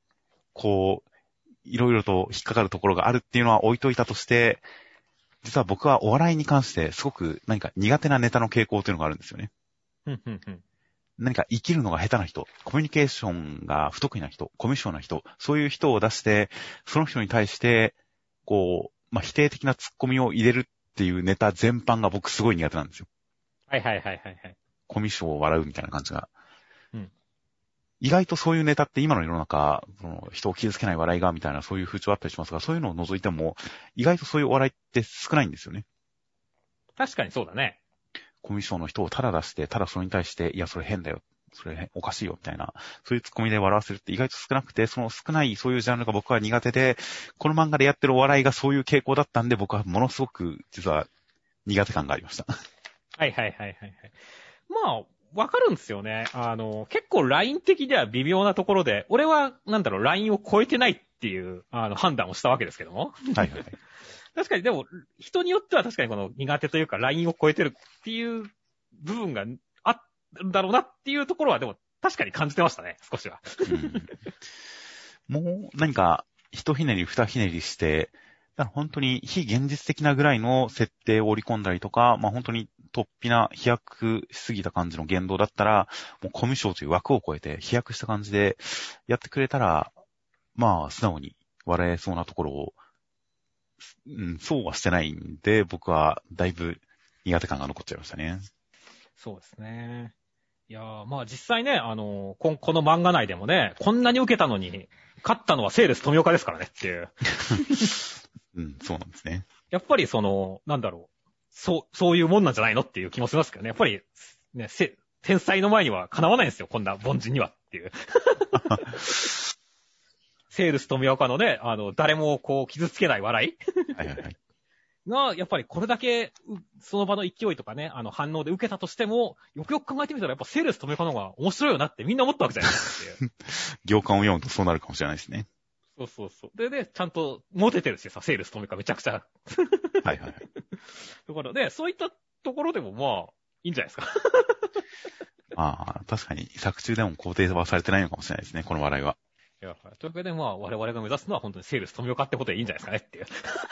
いろいろと引っかかるところがあるっていうのは置いといたとして、実は僕はお笑いに関してすごく何か苦手なネタの傾向というのがあるんですよね。何か生きるのが下手な人、コミュニケーションが不得意な人、コミュ障な人、そういう人を出して、その人に対して、否定的なツッコミを入れるっていうネタ全般が僕すごい苦手なんですよ。 はい。 コミュ障を笑うみたいな感じが。 うん意外とそういうネタって今の世の中、人を傷つけない笑いがみたいなそういう風潮あったりしますが、そういうのを除いても、意外とそういうお笑いって少ないんですよね。 確かにそうだね。 コミュ障の人をただ出して、ただそれに対して、いや、それ変だよ。それおかしいよ、みたいな。そういうツッコミで笑わせるって意外と少なくて、その少ないそういうジャンルが僕は苦手で、この漫画でやってるお笑いがそういう傾向だったんで、僕はものすごく、実は、苦手感がありました。 はい。わかるんですよね。結構ライン的では微妙なところで、俺は、ラインを超えてないっていう、判断をしたわけですけども。 はい。 確かに、でも、人によっては確かにこの苦手というか、ラインを超えてるっていう部分があるんだろうなっていうところは、でも、確かに感じてましたね、少しは。 もう、何か、一ひねり二ひねりして、本当に非現実的なぐらいの設定を織り込んだりとか、本当に突飛な飛躍しすぎた感じの言動だったら、もうコミュ障という枠を超えて飛躍した感じでやってくれたら、素直に笑えそうなところを、そうはしてないんで、僕はだいぶ苦手感が残っちゃいましたね。 そうですね。いやー、実際ね、この漫画内でもね、こんなに受けたのに、勝ったのはセールス富岡ですからねっていう。 そうなんですね。 やっぱりそういうもんなんじゃないのっていう気もしますけどね。やっぱり、ね、天才の前にはかなわないんですよ、こんな凡人にはっていう。セールス富岡のね、誰も傷つけない笑いが、やっぱりこれだけ、その場の勢いとかね、反応で受けたとしても、よくよく考えてみたら、やっぱセールス富岡の方が面白いよなってみんな思ったわけじゃないですかっていう。 行間を読むとそうなるかもしれないですね。 そう。でね、ちゃんとモテてるしさ、セールス富岡めちゃくちゃ。 はい。 だからね、そういったところでもいいんじゃないですか。 確かに作中でも肯定はされてないのかもしれないですね、この笑いは。 いや、というわけで我々が目指すのは本当にセールス富岡ってことでいいんじゃないですかねっていう。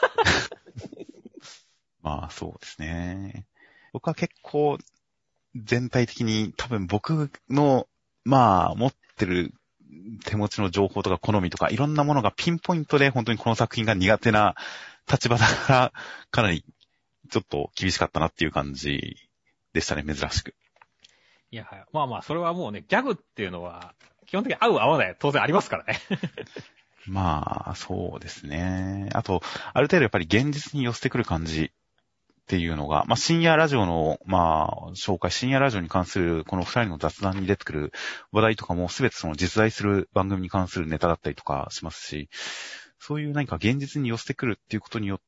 そうですね。僕は結構、全体的に多分僕の、持ってる手持ちの情報とか好みとかいろんなものがピンポイントで本当にこの作品が苦手な立場だからかなりちょっと厳しかったなっていう感じでしたね、珍しく。 いや、まあまあ、それはもうね、ギャグっていうのは、基本的に合う合わない当然ありますからね。 まあ、そうですね。あと、ある程度やっぱり現実に寄せてくる感じっていうのが、まあ深夜ラジオの、深夜ラジオに関するこの二人の雑談に出てくる話題とかもすべてその実在する番組に関するネタだったりとかしますし、そういう何か現実に寄せてくるっていうことによって、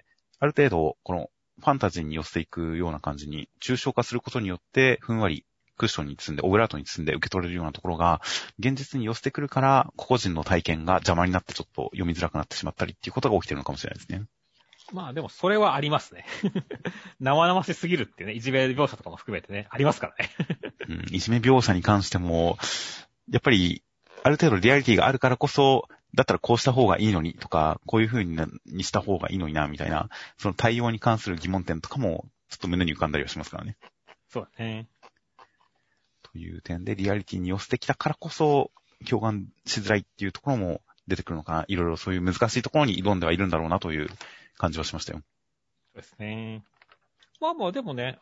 ある程度このファンタジーに寄せていくような感じに抽象化することによって、ふんわりクッションに積んで、オブラートに積んで受け取れるようなところが、現実に寄せてくるから、個々人の体験が邪魔になってちょっと読みづらくなってしまったりっていうことが起きてるのかもしれないですね。 まあでもそれはありますね。生々しすぎるっていうね、いじめ描写とかも含めてね、ありますからね。 いじめ描写に関しても、やっぱり、ある程度リアリティがあるからこそ、だったらこうした方がいいのにとか、こういう風にした方がいいのにな、みたいな、その対応に関する疑問点とかも、ちょっと胸に浮かんだりはしますからね。 そうだね。 という点で、リアリティに寄せてきたからこそ、共感しづらいっていうところも出てくるのかな。いろいろそういう難しいところに挑んではいるんだろうなという感じはしましたよ。 そうですね。まあまあでもね、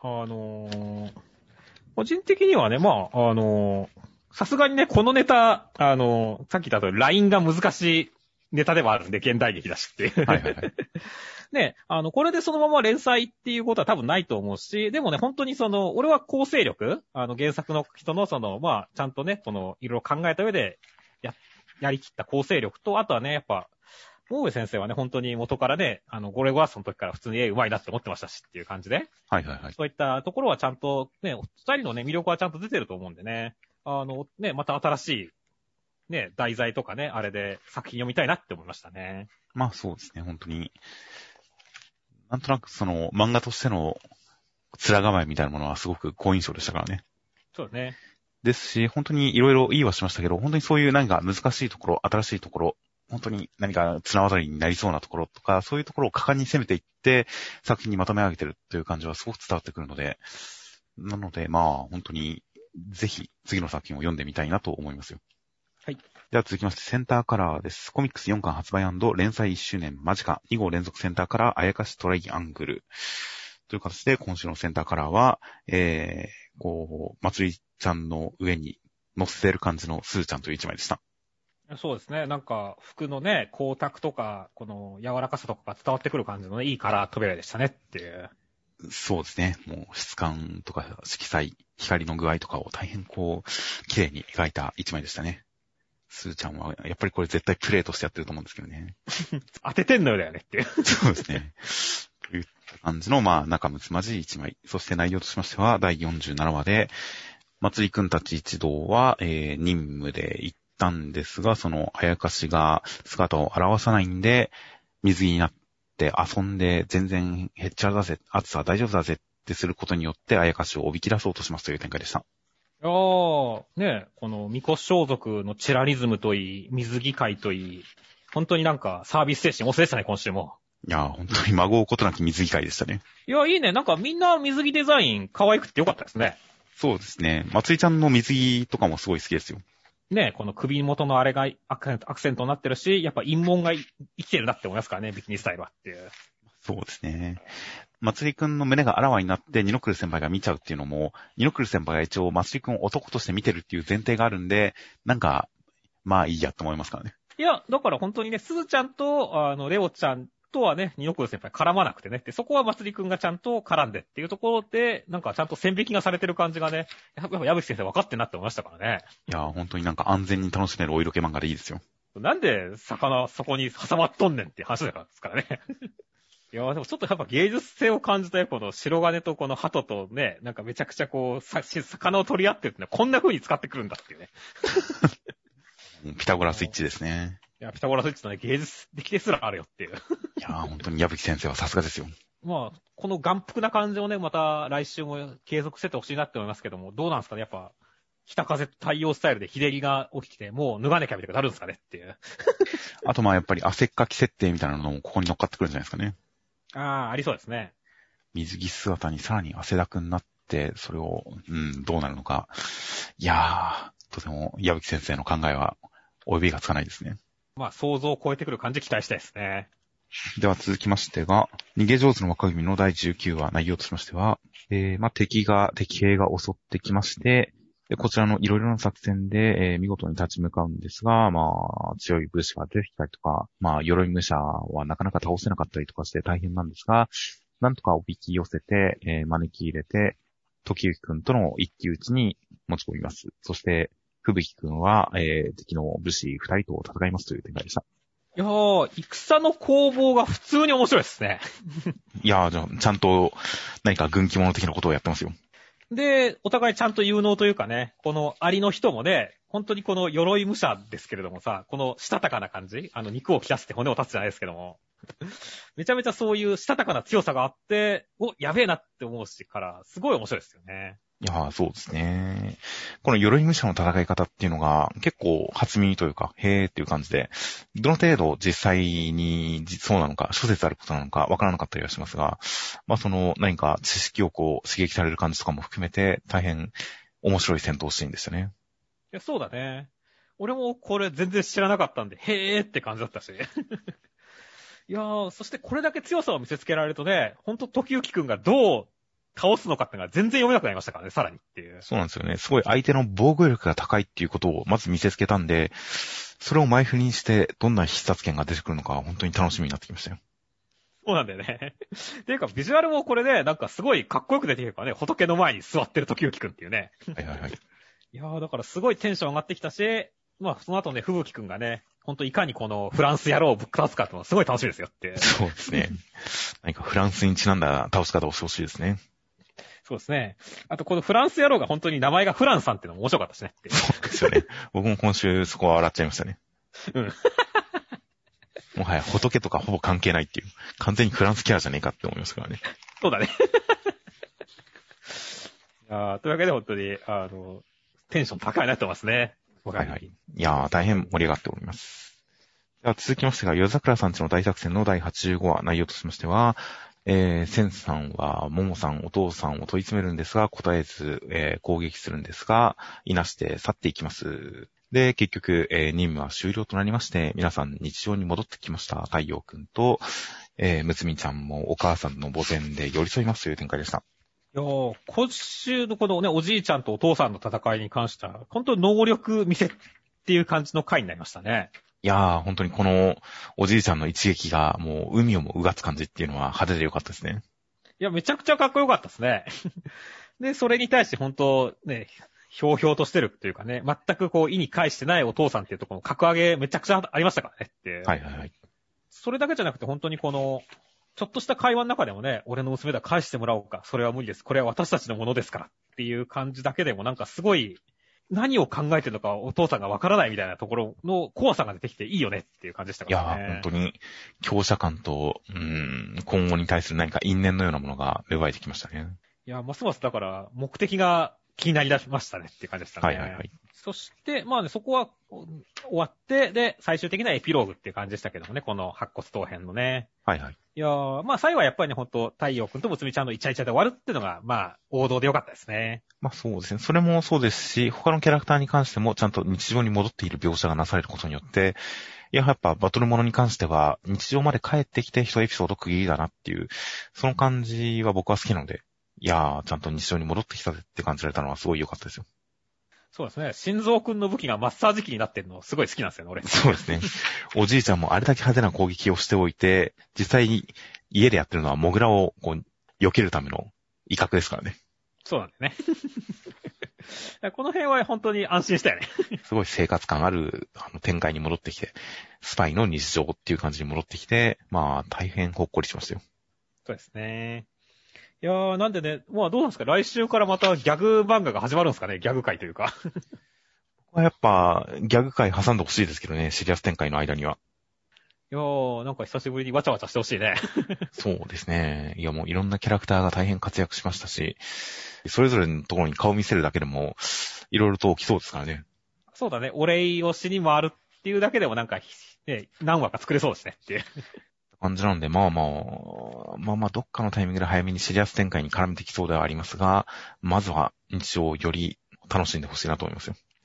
個人的にはね、さすがにね、このネタ、さっき言った通り LINE が難しいネタではあるんで、現代劇だしっていう。 はいはいはい。 ね、これでそのまま連載っていうことは多分ないと思うし、でもね、本当に俺は構成力、原作の人のちゃんとね、いろいろ考えた上で、やりきった構成力と、あとはね、やっぱ、大上先生はね、本当に元からね、ゴレゴラスの時から普通に上手いなって思ってましたしっていう感じで。 はいはいはい。 そういったところはちゃんと、ね、二人のね、魅力はちゃんと出てると思うんでね。また新しい、ね、題材とかね、あれで作品読みたいなって思いましたね。 まあそうですね、本当に。なんとなくその漫画としての面構えみたいなものはすごく好印象でしたからね。 そうね。 ですし、本当にいろいろ言いはしましたけど、本当にそういう何か難しいところ、新しいところ、本当に何か綱渡りになりそうなところとか、そういうところを果敢に攻めていって、作品にまとめ上げてるという感じはすごく伝わってくるので、なので、まあ、本当に、ぜひ、次の作品を読んでみたいなと思いますよ。 はい。 では続きまして、センターカラーです。コミックス4巻発売&連載1周年間近、2号連続センターカラー、あやかしトライアングル。という形で、今週のセンターカラーは、まつりちゃんの上に乗せてる感じのスーちゃんという一枚でした。 そうですね。なんか、服のね、光沢とか、この柔らかさとかが伝わってくる感じのね、いいカラー扉でしたねっていう。 そうですね。もう質感とか色彩、光の具合とかを大変綺麗に描いた一枚でしたね。スーちゃんは、やっぱりこれ絶対プレイとしてやってると思うんですけどね。 当ててんのよだよねっていう。 そうですね。といった感じの、仲睦まじい一枚。そして内容としましては、第47話で、まつりくんたち一同は、任務で行ったんですが、その、あやかしが姿を現さないんで、水着になって遊んで、全然へっちゃらだぜ、暑さは大丈夫だぜってすることによって、あやかしをおびき出そうとしますという展開でした。 ね、この巫女装束のチェラリズムといい、水着会といい、本当になんかサービス精神旺盛でしたね、今週も。 いやー、本当に孫うことなき水着会でしたね。 いや、いいね。なんかみんな水着デザイン可愛くてよかったですね。 そうですね。まつりちゃんの水着とかもすごい好きですよ。 ね、この首元のあれがアクセントになってるし、やっぱ陰紋が生きてるなって思いますからね、ビキニスタイルはっていう。 そうですね。まつりくんの胸があらわになってニノクル先輩が見ちゃうっていうのも、ニノクル先輩が一応まつりくんを男として見てるっていう前提があるんで、なんか、まあいいやと思いますからね。 いや、だから本当にね、すずちゃんと、レオちゃんとはね、ニノクル先輩絡まなくてね。で、そこはまつりくんがちゃんと絡んでっていうところで、なんかちゃんと線引きがされてる感じがね、やっぱ矢吹先生分かってんなって思いましたからね。 いや、本当になんか安全に楽しめるお色気漫画でいいですよ。 なんで魚そこに挟まっとんねんっていう話だからですからね。いや、でもちょっとやっぱ芸術性を感じたよ、この白金とこの鳩とね、なんかめちゃくちゃ魚を取り合ってるってね、こんな風に使ってくるんだっていうね。 ピタゴラスイッチですね。 いや、ピタゴラスイッチのね、芸術的ですらあるよっていう。 いやー、本当に矢吹先生はさすがですよ。 まあ、この眼福な感じをね、また来週も継続しててほしいなって思いますけども、どうなんですかね、やっぱ、北風太陽スタイルで日照りが起きて、もう脱がなきゃみたいになるんですかねっていう。 あとやっぱり汗っかき設定みたいなのもここに乗っかってくるんじゃないですかね。 ありそうですね。 水着姿にさらに汗だくになって、それを、どうなるのか。いやー、とても矢吹先生の考えはお呼びがつかないですね。 まあ、想像を超えてくる感じ期待したいですね。 では続きましてが、逃げ上手の若君の第19話内容としましては、敵兵が襲ってきまして、でこちらのいろいろな作戦で、見事に立ち向かうんですが、強い武士が出てきたりとか、鎧武者はなかなか倒せなかったりとかして大変なんですが、なんとかおびき寄せて、招き入れて、時行くんとの一騎打ちに持ち込みます。そして、吹雪くんは、敵の武士二人と戦いますという展開でした。 いやー、戦の攻防が普通に面白いですね。 いやー、じゃあ、ちゃんと何か軍記物的なことをやってますよ。 で、お互いちゃんと有能というかね、このアリの人もね、本当にこの鎧武者ですけれどもさ、このしたたかな感じ、肉を切らせて骨を立つじゃないですけども、めちゃめちゃそういうしたたかな強さがあって、やべえなって思うしから、すごい面白いですよね。 いやー、そうですね。この鎧武者の戦い方っていうのが結構初耳というか、へーっていう感じで、どの程度実際にそうなのか、諸説あることなのかわからなかったりはしますが、その何か知識を刺激される感じとかも含めて大変面白い戦闘シーンでしたね。 いや、そうだね。俺もこれ全然知らなかったんで、へーって感じだったし。いやー、そしてこれだけ強さを見せつけられるとね、ほんと時行くんがどう倒すのかってのが全然読めなくなりましたからね、さらにっていう。 そうなんですよね。すごい相手の防御力が高いっていうことをまず見せつけたんで、それを前振りにしてどんな必殺剣が出てくるのか本当に楽しみになってきましたよ。 そうなんだよね。っていうか、ビジュアルもこれね、なんかすごいかっこよく出てるからね、仏の前に座ってる時行くんっていうね。 はいはいはい。 いやー、だからすごいテンション上がってきたし、その後ね、吹雪くんがね、ほんといかにこのフランス野郎をぶっ倒すかってのはすごい楽しみですよって。 そうですね。何かフランスにちなんだ倒し方をしてほしいですね。 そうですね。あとこのフランス野郎が本当に名前がフランさんっていうのも面白かったしねって。 そうですよね。僕も今週そこは笑っちゃいましたね。 うん。 もはや仏とかほぼ関係ないっていう、完全にフランスキャラじゃねえかって思いますからね。 そうだね。というわけで本当に、テンション高いなと思いますね。 はいはい。いやー、大変盛り上がっております。では続きましてが、夜桜さんちの大作戦の第85話内容としましては、センさんは、ももさん、お父さんを問い詰めるんですが、答えず、攻撃するんですが、いなして去っていきます。で、結局、任務は終了となりまして、皆さん日常に戻ってきました。太陽くんと、むつみちゃんもお母さんの墓前で寄り添いますという展開でした。 いやー、今週のこのね、おじいちゃんとお父さんの戦いに関しては、本当に能力見せっていう感じの回になりましたね。 いやー、本当にこのおじいちゃんの一撃がもう海をもうがつ感じっていうのは派手でよかったですね。 いや、めちゃくちゃかっこよかったですね。で、それに対して本当ね、ひょうひょうとしてるっていうかね、全く意に介してないお父さんっていうところの格上げめちゃくちゃありましたからねって。 はいはいはい。 それだけじゃなくて本当にちょっとした会話の中でもね、俺の娘だ返してもらおうか。それは無理です。これは私たちのものですから。っていう感じだけでもなんかすごい、何を考えてるのかお父さんがわからないみたいなところの怖さが出てきていいよねっていう感じでしたからね。 いやー、本当に強者感と、今後に対する何か因縁のようなものが芽生えてきましたね。 いや、ますますだから目的が気になりだしましたねっていう感じでしたね。 はいはいはい。 そして、そこは終わって、で、最終的なエピローグっていう感じでしたけどもね、この白骨刀編のね。 はいはい。 いやー、最後はやっぱりね、ほんと、太陽くんとむつみちゃんのイチャイチャで終わるっていうのが、王道でよかったですね。 そうですね。それもそうですし、他のキャラクターに関してもちゃんと日常に戻っている描写がなされることによって、やっぱバトルものに関しては日常まで帰ってきて一エピソード区切りだなっていう、その感じは僕は好きなので、ちゃんと日常に戻ってきたって感じられたのはすごい良かったですよ。 そうですね。心臓くんの武器がマッサージ機になってるのすごい好きなんですよね、俺。 そうですね。おじいちゃんもあれだけ派手な攻撃をしておいて、実際に家でやってるのはモグラを避けるための威嚇ですからね。 そうなんだよね。この辺は本当に安心したよね。 すごい生活感ある展開に戻ってきて、スパイの日常っていう感じに戻ってきて、大変ほっこりしましたよ。 そうですね。いやー、なんでね、どうなんですか、来週からまたギャグ漫画が始まるんですかね、ギャグ界というか。 僕はやっぱ、ギャグ界挟んでほしいですけどね、シリアス展開の間には。 いやー、なんか久しぶりにわちゃわちゃしてほしいね。 そうですね。いやもういろんなキャラクターが大変活躍しましたし、それぞれのところに顔見せるだけでも、いろいろと起きそうですからね。 そうだね、お礼をしに回るっていうだけでもなんか、ね、何話か作れそうですねっていう。 感じなんで、どっかのタイミングで早めにシリアス展開に絡めてきそうではありますが、まずは日常をより楽しんでほしいなと思いますよ。では、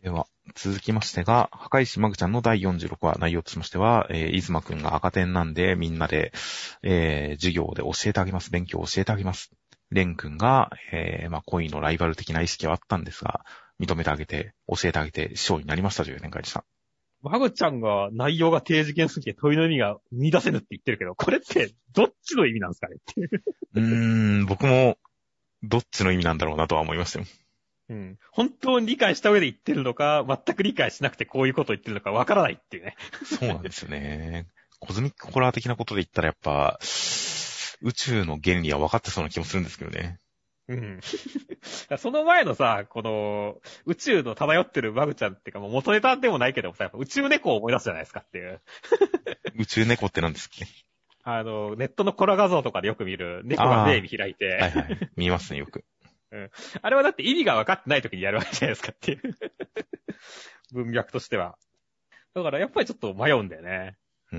続きましてが、破壊師マグちゃんの第46話内容としましては、イズマくんが赤点なんで、みんなで、授業で教えてあげます。勉強を教えてあげます。レンくんが、恋のライバル的な意識はあったんですが、認めてあげて、教えてあげて、師匠になりましたという展開でした。 マグちゃんが内容が低次元すぎて問いの意味が見出せぬって言ってるけど、これってどっちの意味なんですかねっていう。 僕も、どっちの意味なんだろうなとは思いましたよ。 うん。本当に理解した上で言ってるのか、全く理解しなくてこういうことを言ってるのかわからないっていうね。 そうなんですよね。コズミックホラー的なことで言ったらやっぱ、宇宙の原理は分かってそうな気もするんですけどね。 うん。その前のさ、この、宇宙の漂ってるマグちゃんっていうか、もう元ネタでもないけどさ、やっぱ宇宙猫を思い出すじゃないですかっていう。 宇宙猫って何ですっけ？ ネットのコラ画像とかでよく見る猫が目見開いて。 はいはい。見ますね、よく。 うん。あれはだって意味が分かってない時にやるわけじゃないですかっていう。文脈としては。だからやっぱりちょっと迷うんだよね。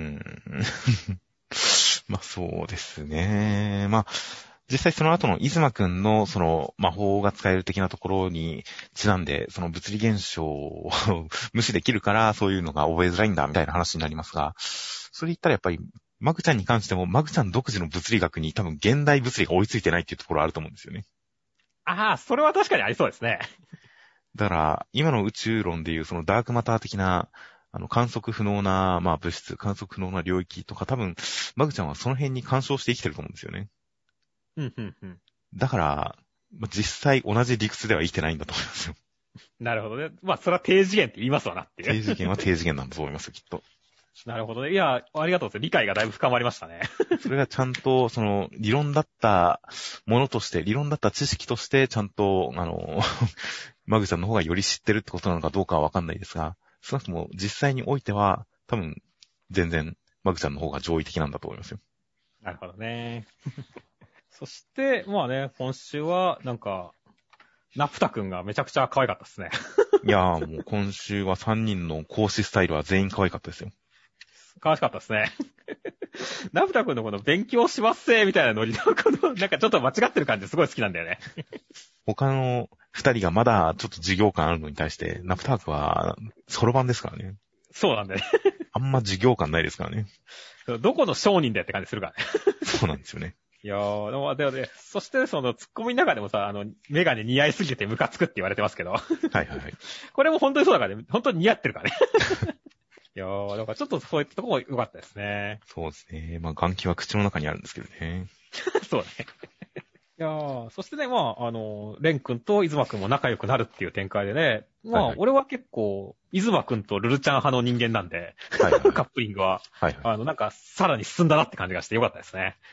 まあそうですね。まあ、実際その後のイズマくんのその魔法が使える的なところにちなんで、その物理現象を無視できるからそういうのが覚えづらいんだみたいな話になりますが、それ言ったらやっぱりマグちゃんに関してもマグちゃん独自の物理学に多分現代物理が追いついてないっていうところあると思うんですよね。 ああ、それは確かにありそうですね。 だから、今の宇宙論でいうそのダークマター的な、観測不能な、物質、観測不能な領域とか多分、マグちゃんはその辺に干渉して生きてると思うんですよね。 うんうんうん。 だから、実際同じ理屈では生きてないんだと思いますよ。 なるほどね。まあ、それは低次元って言いますわなっていう。 低次元は低次元なんだと思いますよ、きっと。 なるほどね。いや、ありがとうございます。理解がだいぶ深まりましたね。 それがちゃんと、その、理論だったものとして、理論だった知識として、ちゃんと、マグちゃんの方がより知ってるってことなのかどうかはわかんないですが、少なくとも実際においては、多分、全然、マグちゃんの方が上位的なんだと思いますよ。 なるほどね。そして、まあね、今週は、なんか、ナプタ君がめちゃくちゃ可愛かったですね。 いやーもう今週は3人の講師スタイルは全員可愛かったですよ。 可愛かったですね。ナプタ君のこの勉強しますせーみたいなノリの、この、なんかちょっと間違ってる感じすごい好きなんだよね。 他の2人がまだちょっと授業感あるのに対して、ナプタークは、ソロ版ですからね。 そうなんだよね。 あんま授業感ないですからね。 どこの商人だよって感じするからね。 そうなんですよね。 いやー、でもね、そしてそのツッコミの中でもさ、メガネ似合いすぎてムカつくって言われてますけど。 はいはいはい。 これも本当にそうだからね、本当に似合ってるからね。いやー、だからちょっとそういったとこも良かったですね。 そうですね。眼球は口の中にあるんですけどね。 そうね。いやー、そしてね、レン君とイズマ君も仲良くなるっていう展開でね、俺は結構、イズマ君とルルちゃん派の人間なんで、 はいはい、 カップリングは、 はいはい、 なんか、さらに進んだなって感じがして良かったですね。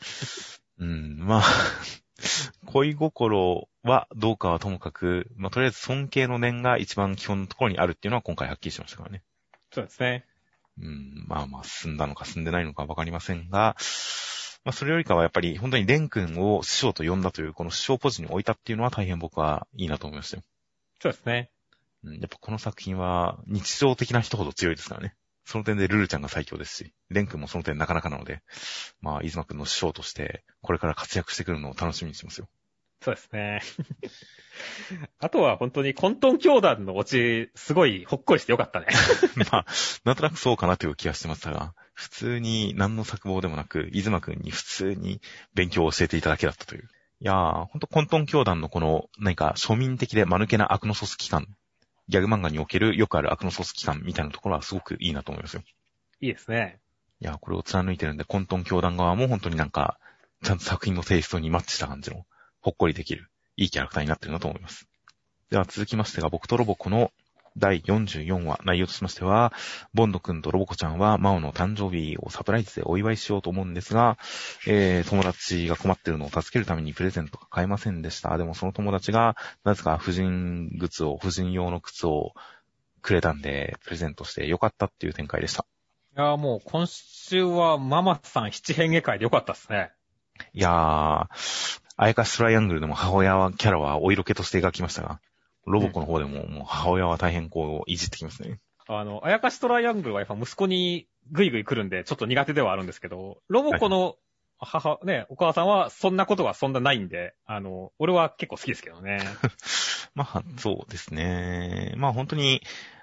恋心はどうかはともかく、とりあえず尊敬の念が一番基本のところにあるっていうのは今回はっきりしましたからね。 そうですね。 進んだのか進んでないのかわかりませんが、それよりかはやっぱり本当にレン君を師匠と呼んだというこの師匠ポジに置いたっていうのは大変僕はいいなと思いましたよ。 そうですね。 やっぱこの作品は日常的な人ほど強いですからね。その点でルルちゃんが最強ですし、レン君もその点なかなかなので、イズマ君の師匠としてこれから活躍してくるのを楽しみにしてますよ。 そうですね。あとは本当に混沌教団のオチ、すごいほっこりしてよかったね。 なんとなくそうかなという気がしてましたが、普通に何の策謀でもなく、イズマ君に普通に勉強を教えていただけだったという。いやー、ほんと混沌教団のこの、何か庶民的で間抜けな悪のソス機関、ギャグ漫画におけるよくある悪のソス機関みたいなところはすごくいいなと思いますよ。 いいですね。 いやー、これを貫いてるんで、混沌教団側も本当になんか、ちゃんと作品のテイストにマッチした感じの、ほっこりできる、いいキャラクターになってるなと思います。では続きましてが、僕とロボコの第44話、内容としましては、ボンド君とロボコちゃんはマオの誕生日をサプライズでお祝いしようと思うんですが、友達が困ってるのを助けるためにプレゼントが買えませんでした。でもその友達が、なぜか婦人用の靴をくれたんで、プレゼントしてよかったっていう展開でした。 いやーもう今週はママさん七変化会でよかったですね。 いやー、あやかしトライアングルでも母親キャラはお色気として描きましたが、ロボコの方でも、もう母親は大変いじってきますね。 あやかしトライアングルはやっぱ息子にグイグイ来るんで、ちょっと苦手ではあるんですけど、ロボコのお母さんはそんなことはそんなないんで、俺は結構好きですけどね。 そうですね。本当に、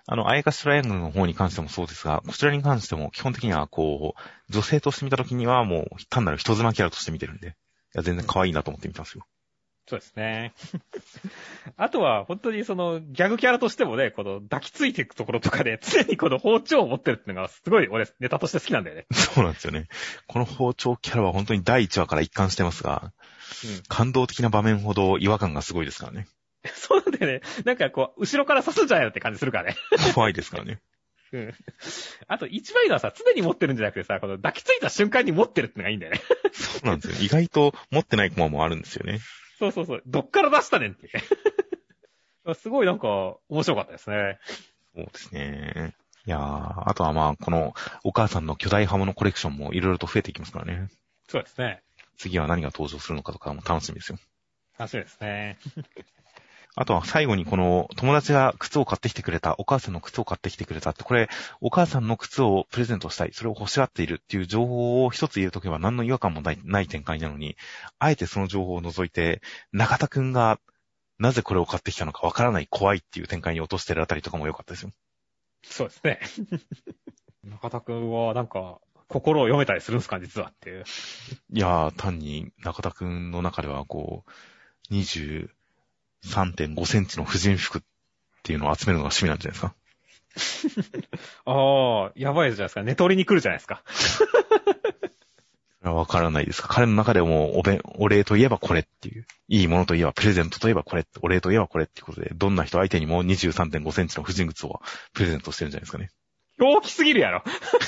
あやかしトライアングルの方に関してもそうですが、こちらに関しても基本的にはこう、女性として見たときにはもう単なる人妻キャラとして見てるんで、いや全然可愛いなと思って見たんですよ。 そうですね。あとは、本当にその、ギャグキャラとしてもね、この抱きついていくところとかで、常にこの包丁を持ってるっていうのが、すごい俺、ネタとして好きなんだよね。 そうなんですよね。この包丁キャラは本当に第1話から一貫してますが、感動的な場面ほど違和感がすごいですからね。 そうなんだよね。なんかこう、後ろから刺すんじゃないのって感じするからね。 怖いですからね。 あと、一番いいのはさ、常に持ってるんじゃなくてさ、この抱きついた瞬間に持ってるってのがいいんだよね。 そうなんですよ。意外と持ってないコマもあるんですよね。 そうそうそう。どっから出したねんって。すごいなんか、面白かったですね。 そうですね。いやー、あとはまあ、このお母さんの巨大刃物コレクションもいろいろと増えていきますからね。 そうですね。 次は何が登場するのかとかも楽しみですよ。 楽しみですね。 あとは最後にこの友達が靴を買ってきてくれた、お母さんの靴を買ってきてくれたって、これ、お母さんの靴をプレゼントしたい、それを欲しがっているっていう情報を一つ入れとけば何の違和感もない展開なのに、あえてその情報を除いて、中田くんがなぜこれを買ってきたのかわからない怖いっていう展開に落としてるあたりとかも良かったですよ。 そうですね。中田くんはなんか、心を読めたりするんですか、実はっていう。 いやー、単に中田くんの中ではこう、23.5 センチの婦人服っていうのを集めるのが趣味なんじゃないですか。 ああ、やばいじゃないですか。寝取りに来るじゃないですか。 わからないですか。彼の中でもお礼といえばこれっていう。いいものといえばプレゼントといえばこれ。お礼といえばこれっていうことで、どんな人相手にも 23.5 センチの婦人靴をプレゼントしてるんじゃないですかね。 大きすぎるやろ。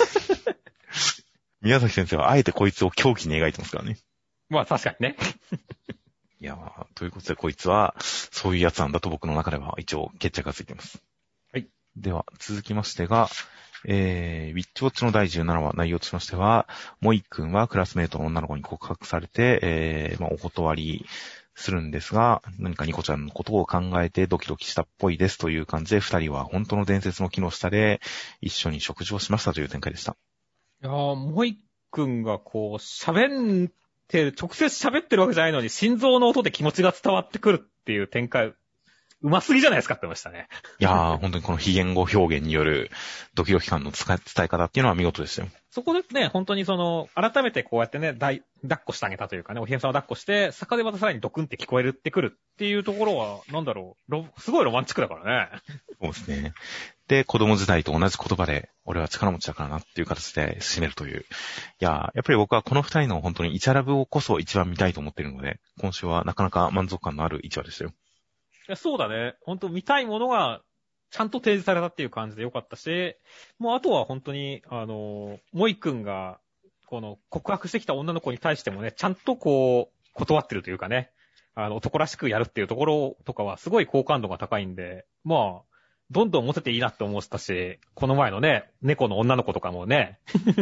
宮崎先生はあえてこいつを狂気に描いてますからね。 まあ確かにね。 いやー、ということでこいつは、そういうやつなんだと僕の中では一応決着がついています。 はい。 では、続きましてが、ウィッチウォッチの第17話内容としましては、モイ君はクラスメイトの女の子に告白されて、お断りするんですが、何かニコちゃんのことを考えてドキドキしたっぽいですという感じで、二人は本当の伝説の木の下で一緒に食事をしましたという展開でした。 いやー、モイ君がこう、直接喋ってるわけじゃないのに、心臓の音で気持ちが伝わってくるっていう展開、うますぎじゃないですかって思いましたね。 いやー、本当にこの非言語表現によるドキドキ感の伝え方っていうのは見事でしたよ。 そこでね、本当に改めてこうやってね、抱っこしてあげたというかね、お姫様を抱っこして、坂でまたさらにドクンって聞こえてくるっていうところは、なんだろう、すごいロマンチックだからね。 そうですね。で、子供時代と同じ言葉で、俺は力持ちだからなっていう形で締めるという。いやっぱり僕はこの二人の本当にイチャラブをこそ一番見たいと思っているので、今週はなかなか満足感のある一話でしたよ。 いやそうだね。本当見たいものが、ちゃんと提示されたっていう感じでよかったし、もうあとは本当に、モイ君が、この告白してきた女の子に対してもね、ちゃんとこう、断ってるというかね、男らしくやるっていうところとかはすごい好感度が高いんで、まあ、どんどんモテていいなって思ったし、この前のね、猫の女の子とかもね、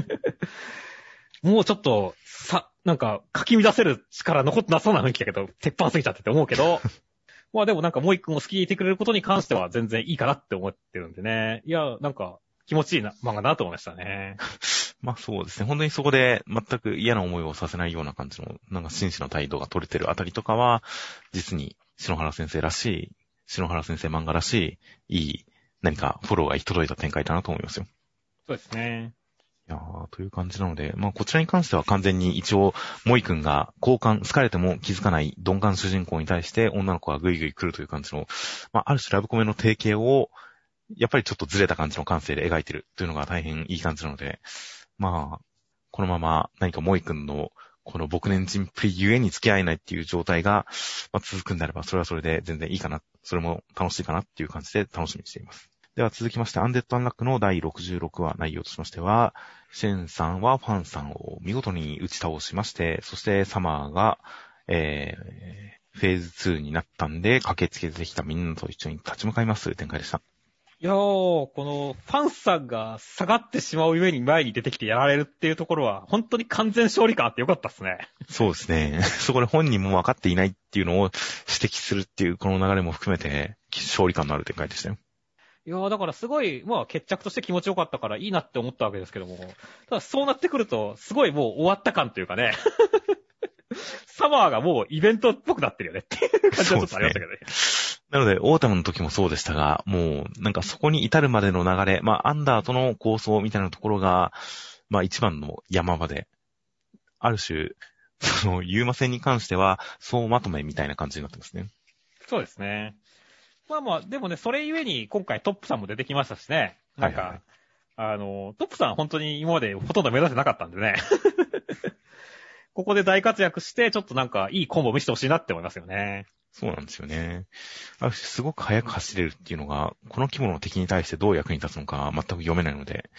もうちょっと、なんか、かき乱せる力残ってなそうな雰囲気だけど、鉄板すぎちゃってって思うけど、まあでもなんかもう一個も好きでいてくれることに関しては全然いいかなって思ってるんでね。いや、なんか気持ちいいな漫画だなと思いましたね。 まあそうですね。本当にそこで全く嫌な思いをさせないような感じの、なんか真摯な態度が取れてるあたりとかは、実に篠原先生らしい、篠原先生漫画らしい、いい、何かフォローが行き届いた展開だなと思いますよ。 そうですね。 いやー、という感じなので、まあこちらに関しては完全に一応、モイ君が好かれても気づかない鈍感主人公に対して女の子がグイグイ来るという感じの、まあある種ラブコメの定型を、やっぱりちょっとずれた感じの感性で描いてるというのが大変いい感じなので、まあ、このまま何かモイ君のこの僕年人っぷりゆえに付き合えないっていう状態が、まあ、続くんであれば、それはそれで全然いいかな、それも楽しいかなっていう感じで楽しみにしています。では続きまして、アンデッド・アンラックの第66話内容としましては、シェンさんはファンさんを見事に打ち倒しまして、そしてサマーが、フェーズ2になったんで、駆けつけてきたみんなと一緒に立ち向かいますという展開でした。 いやー、このファンさんが下がってしまう上に前に出てきてやられるっていうところは、本当に完全勝利感あってよかったですね。 そうですね。そこで本人も分かっていないっていうのを指摘するっていうこの流れも含めて、勝利感のある展開でしたよ。 いやー、だからすごい、まあ決着として気持ちよかったからいいなって思ったわけですけども、ただそうなってくると、すごいもう終わった感というかね、サマーがもうイベントっぽくなってるよねっていう感じはちょっとありましたけどね。 なので、オータムの時もそうでしたが、もう、なんかそこに至るまでの流れ、アンダーとの構想みたいなところが、一番の山場で、ある種、ユーマ戦に関しては、総まとめみたいな感じになってますね。 そうですね。でもね、それゆえに今回トップさんも出てきましたしね。なんか、 はいトップさん本当に今までほとんど目指してなかったんでね。ここで大活躍して、ちょっとなんかいいコンボを見せてほしいなって思いますよね。 そうなんですよね。ある種すごく速く走れるっていうのが、この規模の敵に対してどう役に立つのか全く読めないので、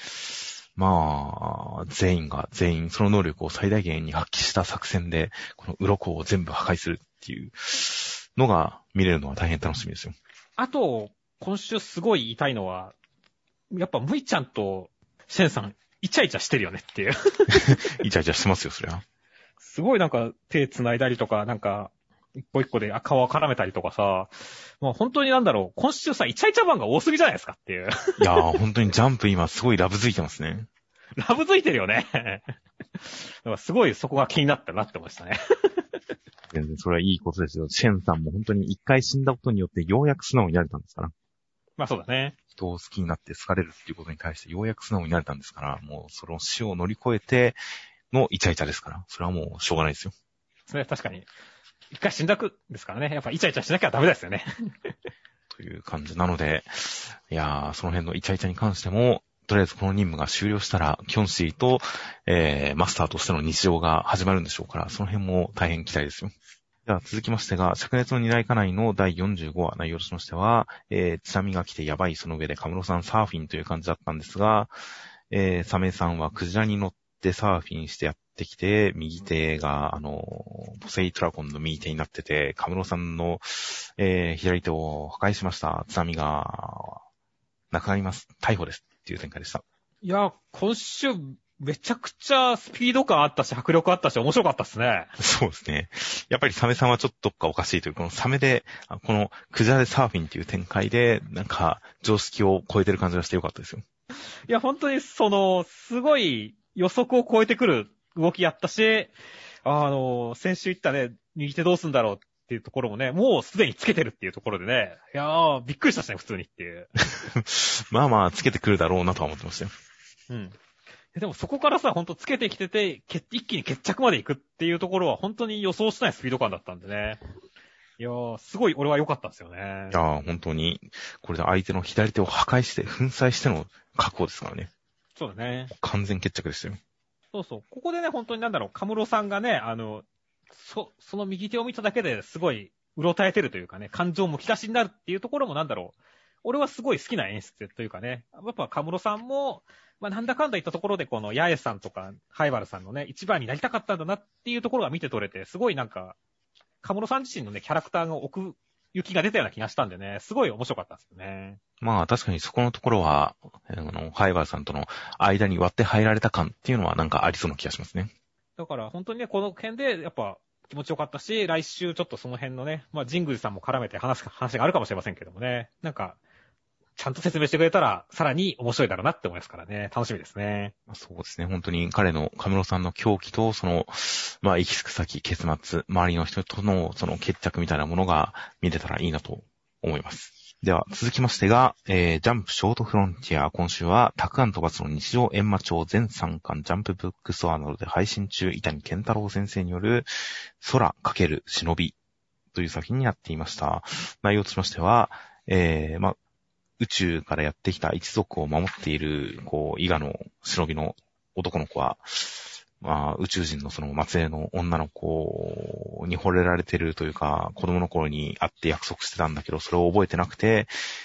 全員が全員その能力を最大限に発揮した作戦で、この鱗を全部破壊するっていうのが見れるのは大変楽しみですよ。 あと、今週すごい痛いのは、やっぱムイちゃんとシェンさん、イチャイチャしてるよねっていう。 イチャイチャしてますよ、そりゃ。 すごいなんか手繋いだりとか、なんか、一個一個で顔を絡めたりとかさ、もう本当に今週さ、イチャイチャ版が多すぎじゃないですかっていう。 いやー、本当にジャンプ今すごいラブ付いてますね。 ラブ付いてるよね。だからすごいそこが気になったなって思いましたね。 全然それはいいことですよ。シェンさんも本当に一回死んだことによってようやく素直になれたんですから。 そうだね。 人を好きになって好かれるっていうことに対してようやく素直になれたんですから、もうその死を乗り越えてのイチャイチャですから、それはもうしょうがないですよ。 それは確かに。一回死んだくですからね。やっぱイチャイチャしなきゃダメですよね。 という感じなので、いやー、その辺のイチャイチャに関しても、とりあえずこの任務が終了したら、キョンシーと、マスターとしての日常が始まるんでしょうから、その辺も大変期待ですよ。では続きましてが、灼熱の二大家内の第45話内容としましては、津波が来てやばいその上でカムロさんサーフィンという感じだったんですが、サメさんはクジラに乗ってサーフィンしてやってきて、右手が、ポセイトラゴンの右手になってて、カムロさんの、左手を破壊しました。津波が、なくなります。逮捕ですっていう展開でした。 いや、今週めちゃくちゃスピード感あったし、迫力あったし、面白かったですね。 そうですね。やっぱりサメさんはちょっとどっかおかしいという、このサメで、このクジラでサーフィンっていう展開で、なんか常識を超えてる感じがしてよかったですよ。 いや、本当にすごい予測を超えてくる動きやったし、先週言ったね、右手どうすんだろうっていうところもね、もうすでにつけてるっていうところでね、いやー、びっくりしたしね、普通にっていう。 つけてくるだろうなとは思ってましたよ。 うん。でもそこからさ、ほんとつけてきてて、一気に決着まで行くっていうところは本当に予想しないスピード感だったんでね。いやー、すごい俺は良かったんですよね。 いやー、本当に、これで相手の左手を破壊して、粉砕しての確保ですからね。 そうだね。 完全決着ですよ。 そうそう。ここでね、本当にカムロさんがね、その右手を見ただけですごい、うろたえてるというかね、感情むき出しになるっていうところも俺はすごい好きな演出というかね、やっぱカムロさんも、なんだかんだ言ったところでこのヤエさんとか、ハイバルさんのね、一番になりたかったんだなっていうところが見て取れて、すごいカムロさん自身のね、キャラクターの奥行きが出たような気がしたんでね、すごい面白かったんですよね。 確かにそこのところは、ハイバーさんとの間に割って入られた感っていうのはなんかありそうな気がしますね。 だから本当にね、この辺でやっぱ気持ちよかったし、来週ちょっとその辺のね、神宮寺さんも絡めて話があるかもしれませんけどもね、ちゃんと説明してくれたら、さらに面白いだろうなって思いますからね。楽しみですね。 そうですね。本当に彼の、カムロさんの狂気と、行き着く先、結末、周りの人との、決着みたいなものが見れたらいいなと思います。では、続きましてが、ジャンプショートフロンティア。今週は、たくあん飛ばすの日常閻魔帳全3巻ジャンプブックストアなどで配信中、伊谷健太郎先生による、空×忍びという作品になっていました。内容としましては、宇宙からやってきた一族を守っている、伊賀の忍びの男の子は、宇宙人のその末裔の女の子に惚れられてるというか、子供の頃に会って約束してたんだけど、それを覚えてなくて、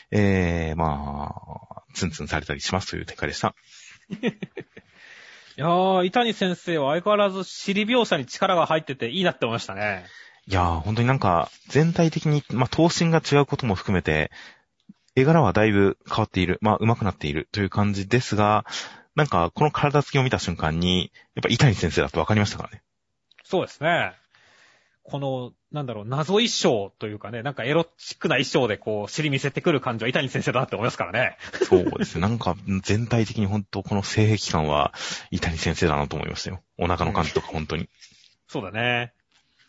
ツンツンされたりしますという展開でした。 いやー、伊谷先生は相変わらず尻描写に力が入ってていいなって思いましたね。 いやー、本当になんか、全体的に、頭身が違うことも含めて、絵柄はだいぶ変わっている。上手くなっているという感じですが、なんか、この体つきを見た瞬間に、やっぱ伊谷先生だと分かりましたからね。 そうですね。この、謎衣装というかね、エロチックな衣装で尻見せてくる感じは伊谷先生だなって思いますからね。 そうですね。なんか、全体的に本当この性癖感は伊谷先生だなと思いましたよ。お腹の感じとか本当に。 そうだね。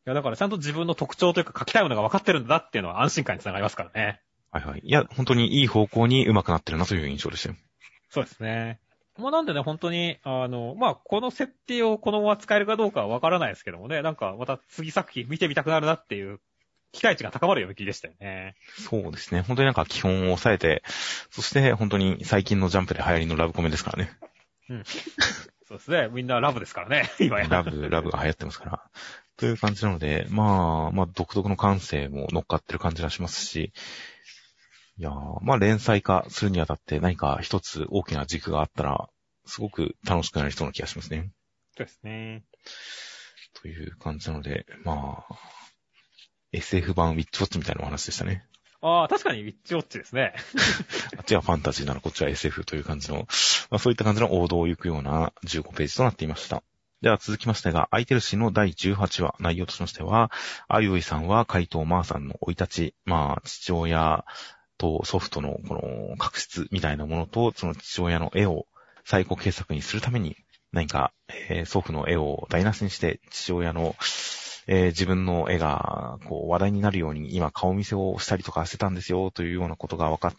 や、だからちゃんと自分の特徴というか書きたいものが分かってるんだっていうのは安心感につながりますからね。 はいはい。いや、本当にいい方向に上手くなってるなという印象でしたよ。 そうですね。まあなんでね、本当に、まあこの設定をこのまま使えるかどうかは分からないですけどもね、なんかまた次作品見てみたくなるなっていう期待値が高まる読み切りでしたよね。 そうですね。本当になんか基本を抑えて、そして本当に最近のジャンプで流行りのラブコメですからね。 うん。そうですね。みんなラブですからね、今や。 ラブが流行ってますから。という感じなので、まあ、独特の感性も乗っかってる感じがしますし、いやー、まあ連載化するにあたって何か一つ大きな軸があったら、すごく楽しくなりそうな気がしますね。 そうですね。 という感じなので、まあ、SF 版ウィッチウォッチみたいなお話でしたね。 ああ、確かにウィッチウォッチですね。 あっちはファンタジーならこっちは SF という感じの、まあそういった感じの王道を行くような15ページとなっていました。では続きましてが、空いてる詩の第18話、内容としましては、あゆいさんは怪盗マーさんの生い立ち、まあ父親とソフトのこの確執みたいなものと、その父親の絵を最高傑作にするために、何か、祖父の絵を台無しにして父親の自分の絵がこう話題になるように今顔見せをしたりとかしてたんですよというようなことが分かって、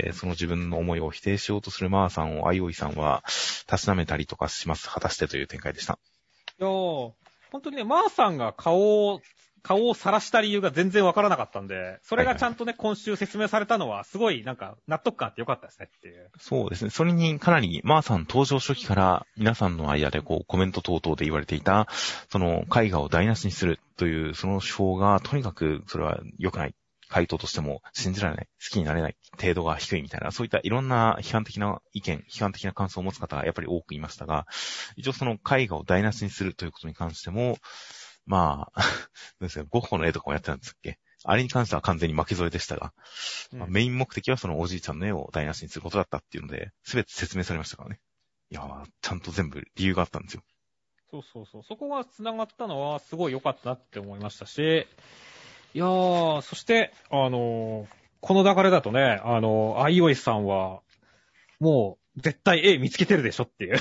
その自分の思いを否定しようとするマーさんをあいおいさんはたしなめたりとかします。果たしてという展開でした。 いやー、本当にね、マーさんが顔を晒した理由が全然わからなかったんで、それがちゃんとね、今週説明されたのは、すごいなんか納得感あってよかったですねっていう。 そうですね。それにかなりマーさん登場初期から皆さんの間でこうコメント等々で言われていた、その絵画を台無しにするというその手法がとにかくそれは良くない。回答としても信じられない、好きになれない、程度が低いみたいな、そういったいろんな批判的な意見、批判的な感想を持つ方がやっぱり多くいましたが、一応その絵画を台無しにするということに関しても、まあ、なんですか、ゴッホの絵とかもやってたんですっけ？あれに関しては完全に負け添えでしたが、まあ、メイン目的はそのおじいちゃんの絵を台無しにすることだったっていうので、すべて説明されましたからね。いやー、ちゃんと全部理由があったんですよ。 そうそうそう。そこが繋がったのはすごい良かったなって思いましたし、いやー、そして、この流れだとね、あいおいさんは、もう、絶対絵見つけてるでしょっていう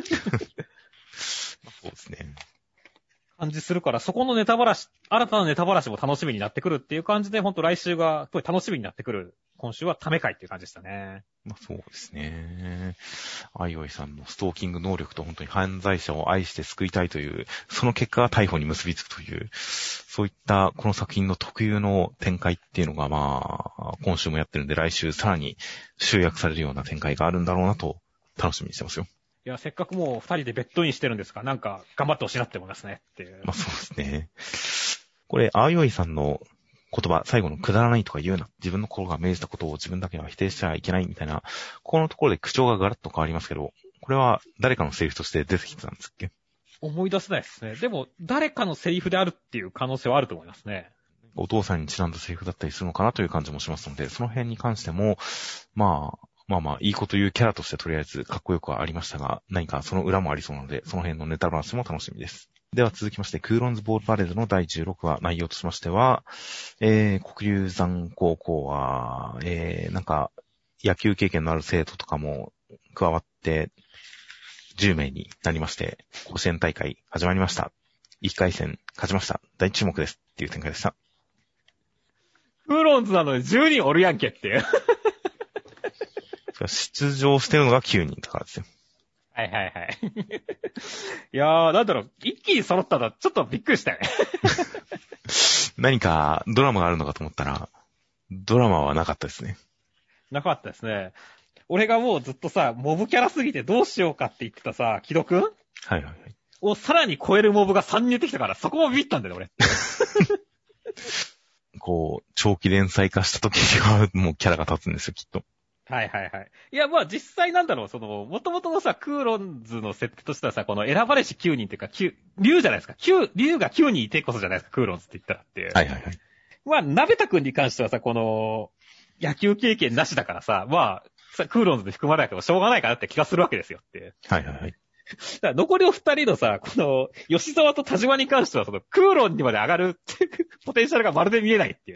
そうですね。 感じするから、そこのネタばらし、新たなネタばらしも楽しみになってくるっていう感じで、ほんと来週がすごい楽しみになってくる。今週はため会っていう感じでしたね。 まあそうですね。あいおいさんのストーキング能力と本当に犯罪者を愛して救いたいという、その結果が逮捕に結びつくという、そういったこの作品の特有の展開っていうのがまあ、今週もやってるんで来週さらに集約されるような展開があるんだろうなと楽しみにしてますよ。 いや、せっかくもう二人でベッドインしてるんですから、なんか頑張ってほしいなって思いますねっていう。 まあそうですね。これ、あいおいさんの言葉、最後のくだらないとか言うな。自分の心が命じたことを自分だけは否定しちゃいけないみたいな、ここのところで口調がガラッと変わりますけど、これは誰かのセリフとして出てきてたんですっけ？ 思い出せないですね。でも、誰かのセリフであるっていう可能性はあると思いますね。 お父さんにちなんだセリフだったりするのかなという感じもしますので、その辺に関しても、まあ、いいこと言うキャラとしてとりあえずかっこよくはありましたが、何かその裏もありそうなので、その辺のネタ話も楽しみです。では続きまして、クーロンズボールパレードの第16話、内容としましては、国立山高校は、なんか、野球経験のある生徒とかも加わって、10名になりまして、甲子園大会始まりました。1回戦勝ちました。大注目ですっていう展開でした。 クーロンズなのに10人おるやんけっていう。 出場してるのが9人だからですよ。 はいはいはい。いやー、なんだろう、一気に揃ったのちょっとびっくりしたよね。 何かドラマがあるのかと思ったら、ドラマはなかったですね。 なかったですね。俺がもうずっとさ、モブキャラすぎてどうしようかって言ってたさ、木戸くんはいはいはい。 をさらに超えるモブが3人出てきたから、そこもビビったんだよね、俺。 こう、長期連載化した時にはもうキャラが立つんですよ、きっと。 はいはいはい。いや、まあ実際なんだろう、元々のさ、クーロンズの設定としてはさ、この選ばれし9人っていうか、竜じゃないですか。竜が9人いてこそじゃないですか、クーロンズって言ったらっていう。 はいはいはい。 まあ、鍋田くんに関してはさ、この、野球経験なしだからさ、まあ、クーロンズで含まれなくてもしょうがないかなって気がするわけですよっていう。 はいはいはい。 だから残りの2人のさ、この、吉沢と田島に関しては、クーロンにまで上がるポテンシャルがまるで見えないっていう。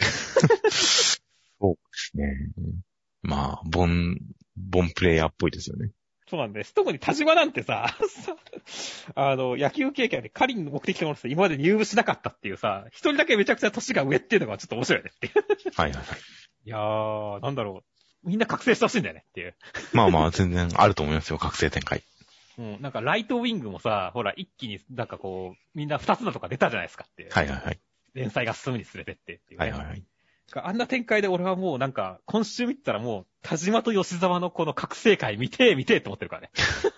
そうですね。まあ、ボンプレイヤーっぽいですよね。 そうなんです。特に田島なんてさ、野球経験で狩りの目的と思って今まで入部しなかったっていうさ、一人だけめちゃくちゃ年が上っていうのがちょっと面白いねっていう。 はいはいはい。 いやー、なんだろう。みんな覚醒してほしいんだよねっていう。 まあまあ、全然あると思いますよ、覚醒展開。 うん、なんかライトウィングもさ、ほら、一気になんかこう、みんな二つだとか出たじゃないですかっていう。 はいはいはい。 連載が進むにつれてっていう、ね。 はいはいはい。 あんな展開で俺はもうなんか、今週見てたらもう、田島と吉沢のこの覚醒会見てって思ってるからね。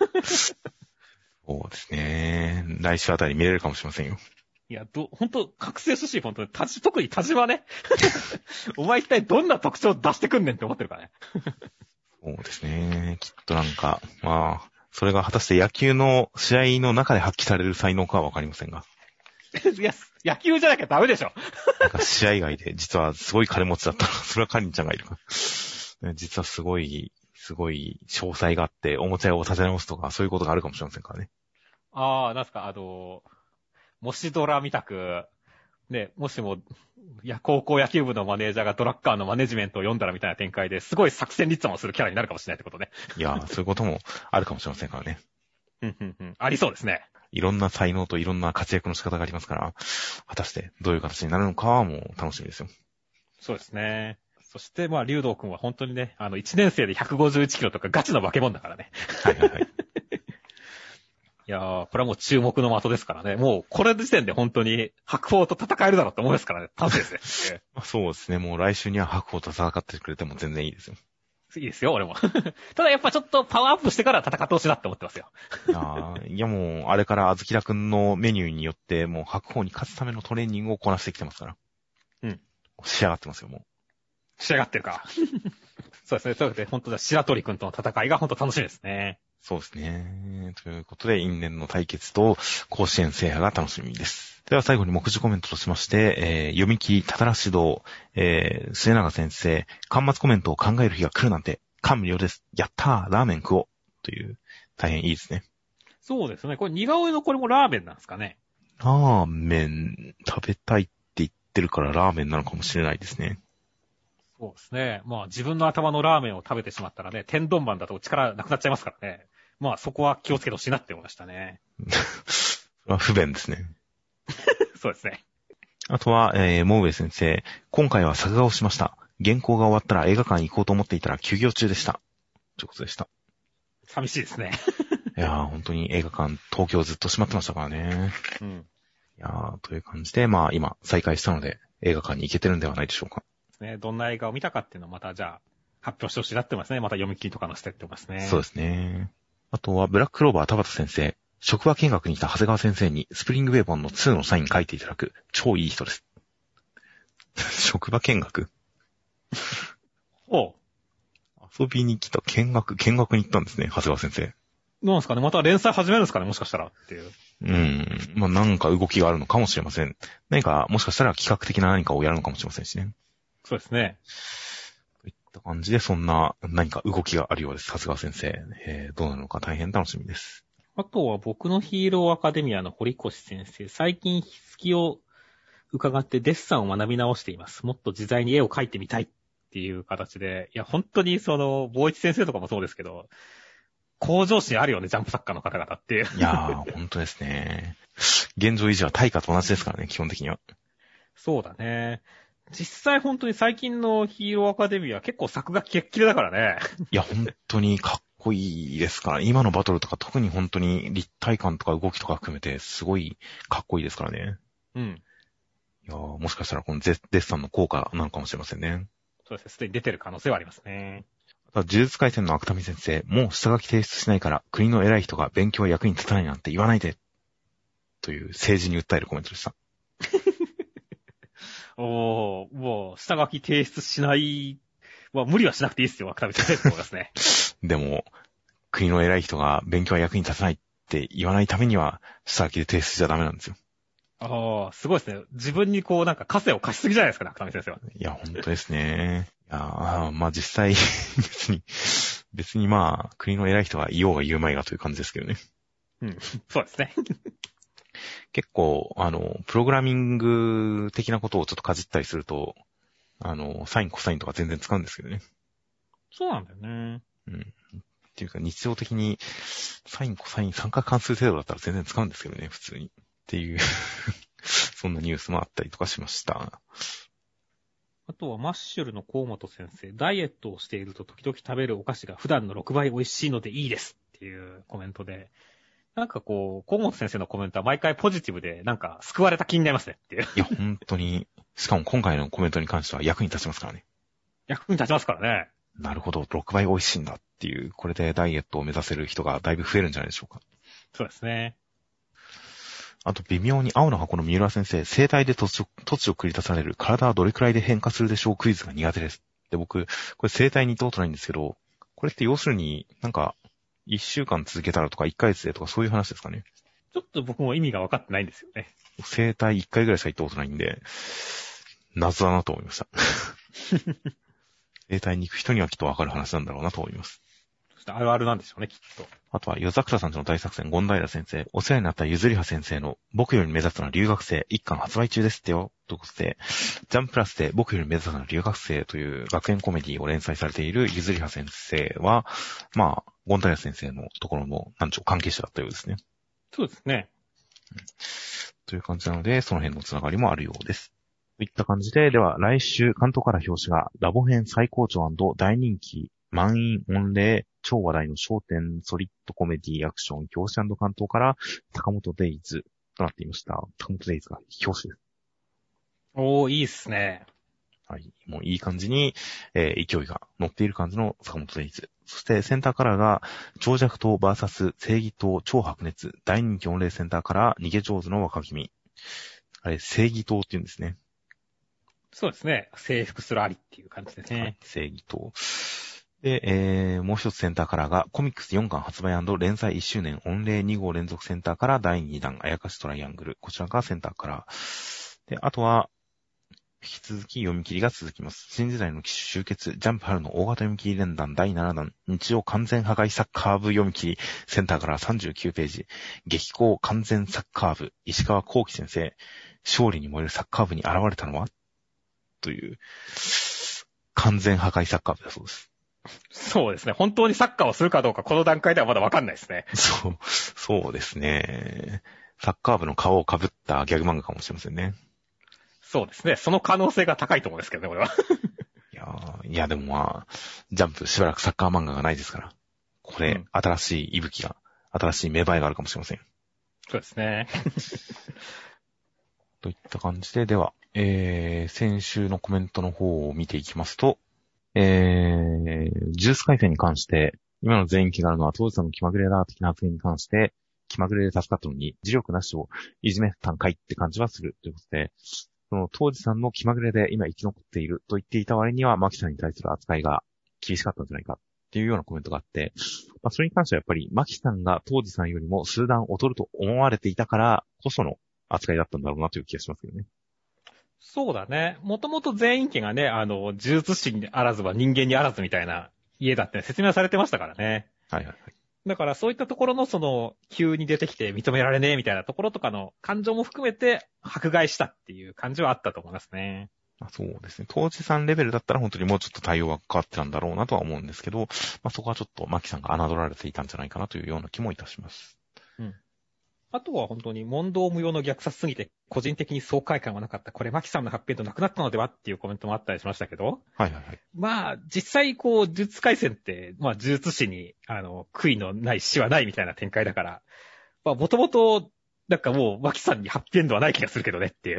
そうですね。来週あたり見れるかもしれませんよ。 いや、ほんと、覚醒し、ほんと、特に田島ね。お前一体どんな特徴を出してくんねんって思ってるからね。 そうですね。きっとなんか、まあ、それが果たして野球の試合の中で発揮される才能かはわかりませんが。 いや、野球じゃなきゃダメでしょ。 なんか試合外で、実はすごい金持ちだったら、それはカリンちゃんがいるから。実はすごい詳細があって、おもちゃ屋を立て直すとか、そういうことがあるかもしれませんからね。 なんすか、もしドラみたく、ね、もしも、高校野球部のマネージャーがドラッカーのマネジメントを読んだらみたいな展開ですごい作戦立案をするキャラになるかもしれないってことね。 いやー、そういうこともあるかもしれませんからね。 ありそうですね。 いろんな才能といろんな活躍の仕方がありますから、果たしてどういう形になるのかはもう楽しみですよ。 そうですね。そして、まあ、竜道くんは本当にね、1年生で151キロとかガチの化け物だからね。 はいはいはい。 いやー、これはもう注目の的ですからね。もう、これの時点で本当に白鵬と戦えるだろうと思いますからね。楽しいですね。 そうですね。もう来週には白鵬と戦ってくれても全然いいですよ。 いいですよ、俺も。ただやっぱちょっとパワーアップしてから戦ってほしいなって思ってますよ。 いやもう、あれからあずきらくんのメニューによって、もう白鵬に勝つためのトレーニングをこなしてきてますから。 うん。 仕上がってますよ、もう。 仕上がってるか。そうですね。というわけで、本当だ、白鳥くんとの戦いが本当楽しみですね。 そうですね。ということで、因縁の対決と甲子園制覇が楽しみです。では最後に目次コメントとしまして、読み切り、たたら指導、末永先生、端末コメントを考える日が来るなんて、感無量です。やったー、ラーメン食おう。という、大変いいですね。 そうですね。これ似顔絵のこれもラーメンなんですかね。 ラーメン食べたいって言ってるからラーメンなのかもしれないですね。 そうですね。まあ自分の頭のラーメンを食べてしまったらね、天丼マンだと力なくなっちゃいますからね。まあそこは気をつけてほしいなって思いましたね。 それは不便ですね。 そうですね。 あとは、モウエ先生、今回は作画をしました。原稿が終わったら映画館行こうと思っていたら休業中でした。ということでした。 寂しいですね。 いやー、本当に映画館、東京ずっと閉まってましたからね。 うん。 いやー、という感じで、まあ今、再開したので、映画館に行けてるんではないでしょうか。 ね、どんな映画を見たかっていうのをまたじゃあ、発表してほしいなってますね。また読み切りとかのしてってますね。 そうですね。あとは、ブラッククローバー田畑先生。職場見学に来た長谷川先生に、スプリングウェポンの2のサイン書いていただく、超いい人です。職場見学おう。 遊びに来た見学に行ったんですね、長谷川先生。 どうなんですかね、また連載始めるんですかね、もしかしたらっていう。 まあなんか動きがあるのかもしれません。何か、もしかしたら企画的な何かをやるのかもしれませんしね。 そうですね。 といった感じで、そんな何か動きがあるようです、長谷川先生。どうなるのか大変楽しみです。 あとは僕のヒーローアカデミアの堀越先生、最近筆記を伺ってデッサンを学び直しています。もっと自在に絵を描いてみたいっていう形で、いや、本当に坊一先生とかもそうですけど、向上心あるよね、ジャンプ作家の方々っていう。 いやー、本当ですね。現状維持は対価と同じですからね、基本的には。 そうだね。実際本当に最近のヒーローアカデミアは結構作画キレッキレだからね。 いや、本当にかっこいいですから、今のバトルとか特に本当に立体感とか動きとか含めてすごいかっこいいですからね。 うん。 いやー、もしかしたらこのデッサンの効果なのかもしれませんね。 そうですね。すでに出てる可能性はありますね。 呪術廻戦の芥見先生、もう下書き提出しないから国の偉い人が勉強は役に立たないなんて言わないで。という政治に訴えるコメントでした。 もう、下書き提出しない、無理はしなくていいですよ、芥見先生って思いますね。 でも、国の偉い人が勉強は役に立たないって言わないためには、下書きで提出しちゃダメなんですよ。 すごいですね。自分になんか枷を貸しすぎじゃないですかね、芥見先生は。 いや、本当ですね。いやまあ実際、別にまあ、国の偉い人が言おうが言うまいがという感じですけどね。 うん、そうですね。 結構、プログラミング的なことをちょっとかじったりすると、サイン、コサインとか全然使うんですけどね。 そうなんだよね。 うん。 っていうか日常的にサイン、コサイン、三角関数程度だったら全然使うんですけどね、普通に。っていう、そんなニュースもあったりとかしました。 あとはマッシュルの河本先生、ダイエットをしていると時々食べるお菓子が普段の6倍美味しいのでいいですっていうコメントで、なんかこう、河本先生のコメントは毎回ポジティブで、なんか救われた気になりますねっていう。 いや、本当に、しかも今回のコメントに関しては役に立ちますからね。 役に立ちますからね。 なるほど、6倍美味しいんだっていう、これでダイエットを目指せる人がだいぶ増えるんじゃないでしょうか。 そうですね。 あと微妙に青の箱の三浦先生、生体で突如繰り出される体はどれくらいで変化するでしょうクイズが苦手です。で、僕、これ生体に行ったことないんですけど、これって要するになんか、1週間続けたらとか1ヶ月でとかそういう話ですかね。 ちょっと僕も意味が分かってないんですよね。 生体1回ぐらいしか行ったことないんで、謎だなと思いました。生体に行く人にはきっと分かる話なんだろうなと思います。 そしてあるあるなんでしょうね、きっと。 あとは、夜桜さんちの大作戦、権平先生、お世話になったゆずりは先生の、僕より目立つのは留学生、一巻発売中ですってよ、ということで、ジャンプラスで僕より目立つのは留学生という学園コメディを連載されているゆずりは先生は、まあ、権平先生のところの、なんでしょう、関係者だったようですね。 そうですね。 という感じなので、その辺のつながりもあるようです。といった感じで、では来週、関東から表紙が、ラボ編最高潮&大人気、満員御礼、超話題の焦点ソリッドコメディアクション、表紙&関東から、高本デイズとなっていました。高本デイズが表紙です。 おー、いいっすね。 はい。もういい感じに、勢いが乗っている感じの坂本デイズ。そしてセンターカラーが、長尺刀 VS 正義刀超白熱、大人気御礼センターカラー、逃げ上手の若君。あれ、正義刀って言うんですね。 そうですね。征服するありっていう感じですね。 はい、正義刀。で、もう一つセンターカラーが、コミックス4巻発売&連載1周年御礼2号連続センターカラー第2弾、あやかしトライアングル。こちらがセンターカラー。で、あとは、引き続き読み切りが続きます。新時代の機種集結、ジャンプ春の大型読み切り連弾第7弾、日曜完全破壊サッカー部読み切り、センターから39ページ、激高完全サッカー部、石川幸喜先生、勝利に燃えるサッカー部に現れたのはという、完全破壊サッカー部だそうです。 そうですね。本当にサッカーをするかどうかこの段階ではまだわかんないですね。 そうですね。サッカー部の顔を被ったギャグ漫画かもしれませんね。 そうですね。その可能性が高いと思うんですけどね、これは。 いやでもまあ、ジャンプしばらくサッカー漫画がないですから。これ、新しい息吹が、新しい芽生えがあるかもしれません。 そうですね。 といった感じで、では、先週のコメントの方を見ていきますと、ジュース回線に関して、今の全員気があるのは当時さんの気まぐれだ的な発言に関して、気まぐれで助かったのに、磁力なしをいじめたんかいって感じはするということで、その当時さんの気まぐれで今生き残っていると言っていた割には、マキさんに対する扱いが厳しかったんじゃないかっていうようなコメントがあって、まあ、それに関してはやっぱりマキさんが当時さんよりも数段劣ると思われていたからこその扱いだったんだろうなという気がしますけどね。 そうだね。もともと全員家がね、呪術師にあらずは人間にあらずみたいな家だって説明されてましたからね。 はいはいはい。 だからそういったところの急に出てきて認められねえみたいなところとかの感情も含めて迫害したっていう感じはあったと思いますね。 そうですね。当時さんレベルだったら本当にもうちょっと対応が変わってたんだろうなとは思うんですけど、まあ、そこはちょっとマキさんが侮られていたんじゃないかなというような気もいたします。 うん。あとは本当に問答無用の虐殺すぎて個人的に爽快感はなかった。これマキさんの発表となくなったのではっていうコメントもあったりしましたけど。 はいはいはい。 まあ実際呪術廻戦って呪術師に悔いのない死はないみたいな展開だから、まあもともとなんかもうマキさんにハッピーエンドはない気がするけどねっていう。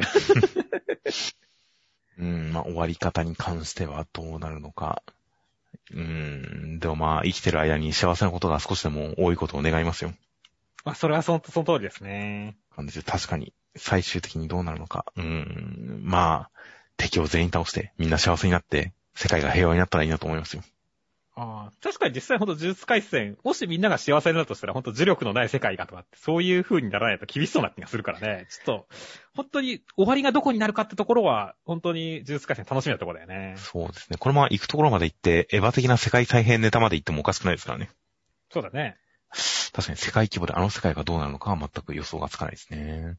まあ終わり方に関してはどうなるのか。でもまあ生きてる間に幸せなことが少しでも多いことを願いますよ。 まあそれはその通りですね。 感じで確かに最終的にどうなるのか。まあ敵を全員倒してみんな幸せになって世界が平和になったらいいなと思いますよ。 ああ、確かに実際ほんと呪術廻戦、もしみんなが幸せになるとしたらほんと呪力のない世界がとかって、そういう風にならないと厳しそうな気がするからね。ちょっと、本当に終わりがどこになるかってところは、本当に呪術廻戦楽しみなところだよね。 そうですね。これも行くところまで行って、エヴァ的な世界再編ネタまで行ってもおかしくないですからね。 そうだね。 確かに世界規模であの世界がどうなるのかは全く予想がつかないですね。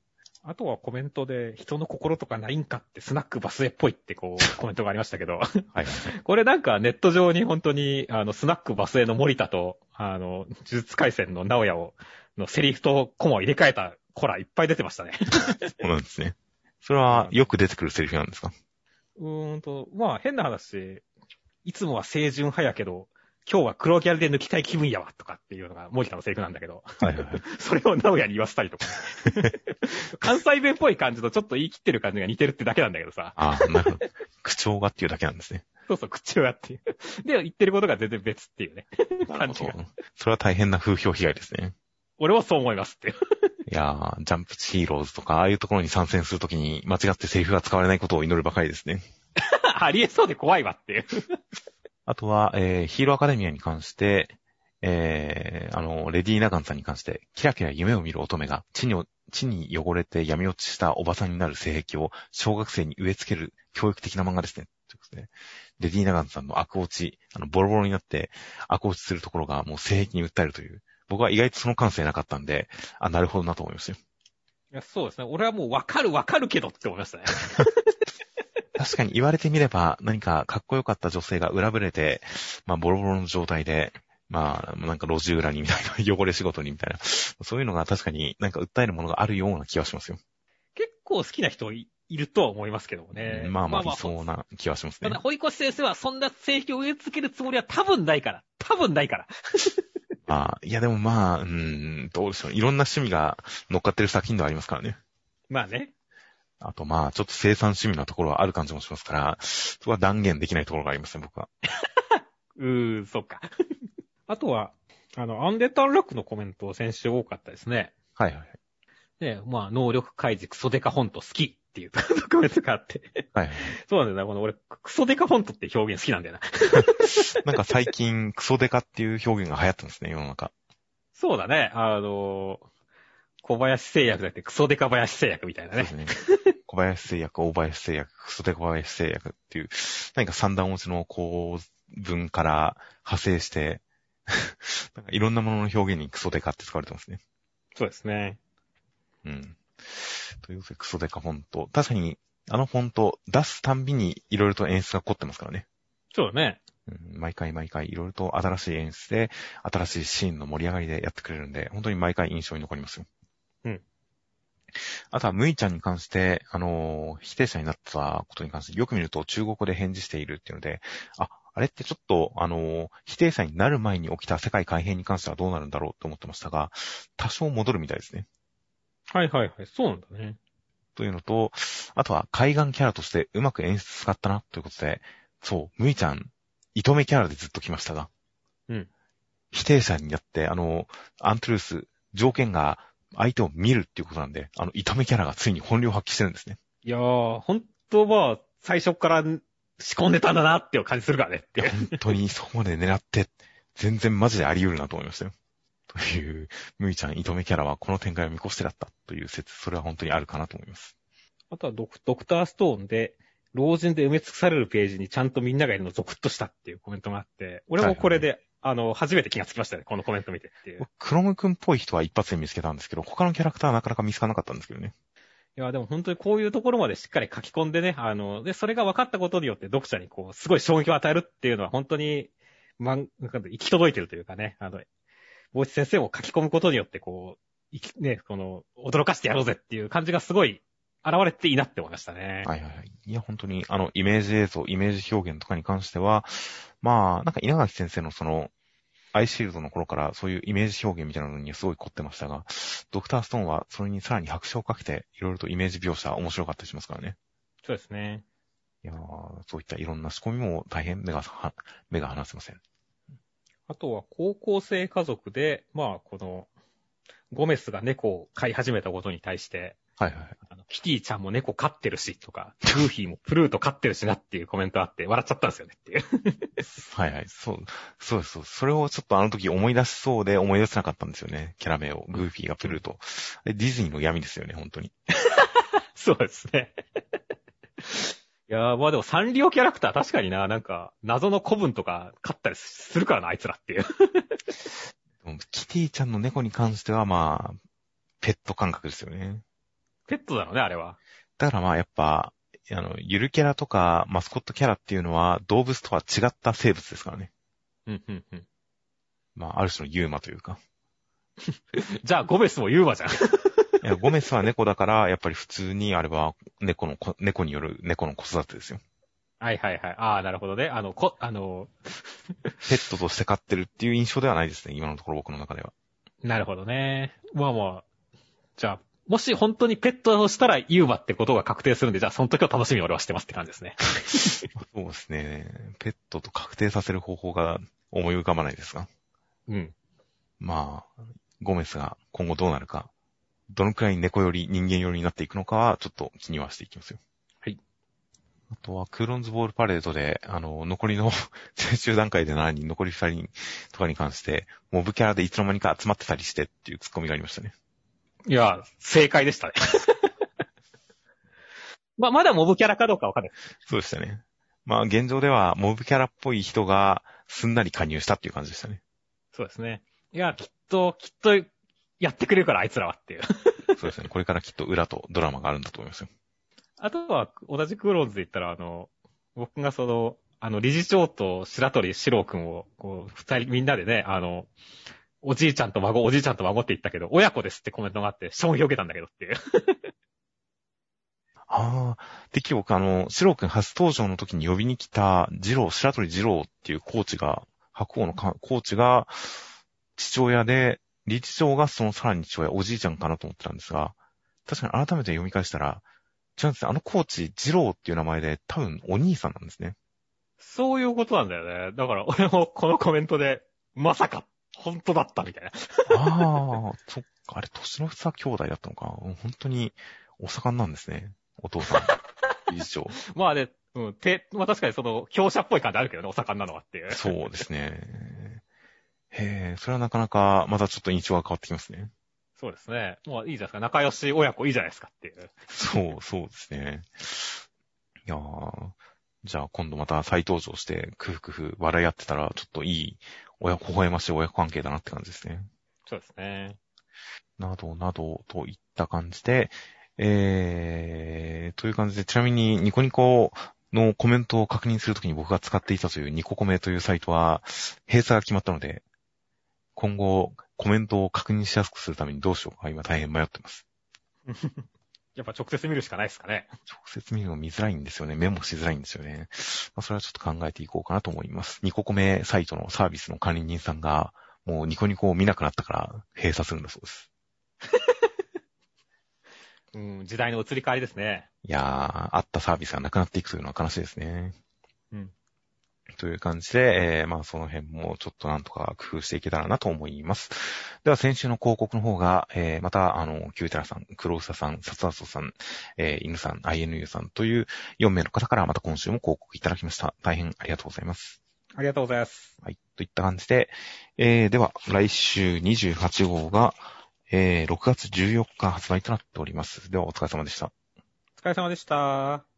あとはコメントで、人の心とかないんかってスナックバスへっぽいってこう、コメントがありましたけど。 はい。 これなんかネット上に本当に、スナックバスへの森田と、呪術廻戦の直哉のセリフとコマを入れ替えたコラいっぱい出てましたね。 そうなんですね。それはよく出てくるセリフなんですか？ まあ変な話、いつもは清純派やけど、今日は黒ギャルで抜きたい気分やわとかっていうのが森田のセリフなんだけど、 はいはいはい。 それを直哉に言わせたりとか。関西弁っぽい感じとちょっと言い切ってる感じが似てるってだけなんだけどさ。 ああ、なるほど。口調がっていうだけなんですね。 そうそう、口をやっていう。で、言ってることが全然別っていうね。感じが。 それは大変な風評被害ですね。 俺はそう思いますっていう。 いやー、ジャンプヒーローズとか、ああいうところに参戦するときに間違ってセリフが使われないことを祈るばかりですね。 ありえそうで怖いわっていう。 あとは、ヒーローアカデミアに関して、レディー・ナガンさんに関して、キラキラ夢を見る乙女が地に汚れて闇落ちしたおばさんになる性癖を小学生に植え付ける教育的な漫画ですね。ということで、レディー・ナガンさんの悪落ち、ボロボロになって悪落ちするところがもう性癖に訴えるという、僕は意外とその感性なかったんで、なるほどなと思いましたよ。 いや、そうですね。俺はもうわかるけどって思いましたね。 確かに言われてみれば、何かかっこよかった女性が裏ぶれて、ボロボロの状態で、なんか路地裏にみたいな、汚れ仕事にみたいな、そういうのが確かになんか訴えるものがあるような気がしますよ。 結構好きな人いるとは思いますけどもね。 理想な気はしますね。 ただ、堀越先生はそんな性癖を植え付けるつもりは多分ないから。 いやでもどうでしょう。いろんな趣味が乗っかってる作品ではありますからね。 まあね。 あとちょっと生産趣味なところはある感じもしますから、そこは断言できないところがありますね、僕は。 そっか。あとは、アンデッドアンロックのコメント先週多かったですね。 はいはい。 で、能力開示クソデカフォント好きっていうコメントがあって。 はいはい。 そうなんだよな、俺、クソデカフォントって表現好きなんだよな。 なんか最近、クソデカっていう表現が流行ってますね、世の中。 そうだね、小林製薬だってクソデカ林製薬みたいなね。 そうですね。小林製薬、大林製薬、クソデカ林製薬っていう、何か三段落ちの構文から派生して、なんかいろんなものの表現にクソデカって使われてますね。 そうですね。 ということで、クソデカフォント。確かに、あのフォント出すたんびにいろいろと演出が凝ってますからね。 そうだね。 毎回いろいろと新しい演出で、新しいシーンの盛り上がりでやってくれるんで、本当に毎回印象に残りますよ。あとは、ムイちゃんに関して、否定者になったことに関して、よく見ると中国語で返事しているっていうので、あれってちょっと、否定者になる前に起きた世界改変に関してはどうなるんだろうと思ってましたが、多少戻るみたいですね。 はいはいはい。そうなんだね。 というのと、あとは海岸キャラとしてうまく演出使ったなということで、そう、ムイちゃん、糸目キャラでずっと来ましたが、否定者になって、アントゥルース、条件が相手を見るっていうことなんで、糸目キャラがついに本領発揮してるんですね。 いやー、本当最初から仕込んでたんだなっていう感じするからね。 いや、本当にそこまで狙って、全然マジであり得るなと思いましたよ。という、ムイちゃん、糸目キャラはこの展開を見越してだったという説、それは本当にあるかなと思います。 あとはドクターストーンで、老人で埋め尽くされるページにちゃんとみんながいるのゾクッとしたっていうコメントがあって、俺もこれで、初めて気がつきましたね、このコメント見てっていう。 クロム君っぽい人は一発で見つけたんですけど、他のキャラクターはなかなか見つからなかったんですけどね。 いや、でも本当にこういうところまでしっかり書き込んでね、で、それが分かったことによって読者にすごい衝撃を与えるっていうのは本当に、行き届いてるというかね、坊一先生も書き込むことによって驚かしてやろうぜっていう感じがすごい現れていいなって思いましたね。 はいはいはい。いや、本当に、イメージ映像、イメージ表現とかに関しては、なんか稲垣先生のアイシールドの頃からそういうイメージ表現みたいなのにすごい凝ってましたが、ドクターストーンはそれにさらに拍車をかけて、いろいろとイメージ描写面白かったりしますからね。 そうですね。 いやそういったいろんな仕込みも大変目が離せません。 あとは高校生家族で、この、ゴメスが猫を飼い始めたことに対して、 はいはい。 キティちゃんも猫飼ってるし、とか、グーフィーもプルート飼ってるしなっていうコメントあって笑っちゃったんですよねっていう。 はいはい。そうです。それをちょっとあの時思い出しそうで思い出せなかったんですよね。キャラ名を。グーフィーがプルート。ディズニーの闇ですよね、本当に。 そうですね。いやー、でもサンリオキャラクター確かになんか、謎の古文とか飼ったりするからな、あいつらっていう。 キティちゃんの猫に関してはペット感覚ですよね。 ペットだろうね、あれは。 だからまあやっぱ、ゆるキャラとかマスコットキャラっていうのは動物とは違った生物ですからね。 うん。 まあある種のユーマというか。 じゃあ、ゴメスもユーマじゃん。 いや、ゴメスは猫だから、やっぱり普通にあれは猫による猫の子育てですよ。 はい。ああ、なるほどね。 ペットとして飼ってるっていう印象ではないですね、今のところ僕の中では。 なるほどね。まあ。じゃあ、もし本当にペットをしたらユーマってことが確定するんで、じゃあその時を楽しみに俺はしてますって感じですね。 そうですね。ペットと確定させる方法が思い浮かばないですが。 うん。 まあ、ゴメスが今後どうなるか、どのくらい猫寄り、人間寄りになっていくのかは、ちょっと気にはしていきますよ。 はい。 あとは、クーロンズボールパレードで、残りの最終段階で7人、残り2人とかに関して、モブキャラでいつの間にか集まってたりしてっていうツッコミがありましたね。 いや、正解でしたね。まだモブキャラかどうかわかんない。 そうでしたね。まあ、現状では、モブキャラっぽい人が、すんなり加入したっていう感じでしたね。 そうですね。いや、きっと、やってくれるから、あいつらはっていう。 そうですね。これからきっと裏とドラマがあるんだと思いますよ。 あとは、同じクーロンズで言ったら、僕が理事長と白鳥四郎くんを、二人みんなでね、おじいちゃんと孫って言ったけど、親子ですってコメントがあって、衝撃を受けたんだけどっていう。 ああ、てっきり僕シロー君初登場の時に呼びに来た白鳥二郎っていうコーチが、白鵬のコーチが父親で、理事長がそのさらに父親、おじいちゃんかなと思ってたんですが、確かに改めて読み返したら、違うんですね。コーチ、二郎っていう名前で多分お兄さんなんですね。 そういうことなんだよね。だから俺もこのコメントで、まさか、本当だったみたいな。 ああ、そっか、あれ、年の差兄弟だったのか。本当に、お盛んなんですね。お父さん、理事長。 まあね、確かに強者っぽい感じあるけどね、お盛んなのはっていう。 そうですね。へえ、それはなかなか、またちょっと印象が変わってきますね。 そうですね。もういいじゃないですか。仲良し親子いいじゃないですかっていう。 そうですね。いやー、じゃあ今度また再登場して、クフクフ笑い合ってたら、ちょっといい、微笑ましい親子関係だなって感じですね。 そうですね。 などなどといった感じで、という感じで、ちなみにニコニコのコメントを確認するときに僕が使っていたというニココメというサイトは、閉鎖が決まったので、今後コメントを確認しやすくするためにどうしようか今大変迷ってます。 やっぱ直接見るしかないですかね。 直接見るの見づらいんですよね。メモしづらいんですよね。それはちょっと考えていこうかなと思います。ニココメサイトのサービスの管理人さんが、もうニコニコを見なくなったから閉鎖するんだそうです。 時代の移り変わりですね。 いやー、あったサービスがなくなっていくというのは悲しいですね。 うん。 という感じで、まあその辺もちょっとなんとか工夫していけたらなと思います。では先週の広告の方が、またキューテラさん、クロウサさん、サツアソさん、犬さん、INU さんという4名の方からまた今週も広告いただきました。大変ありがとうございます。 ありがとうございます。 はい。といった感じで、では来週28号が、6月14日発売となっております。ではお疲れ様でした。 お疲れ様でした。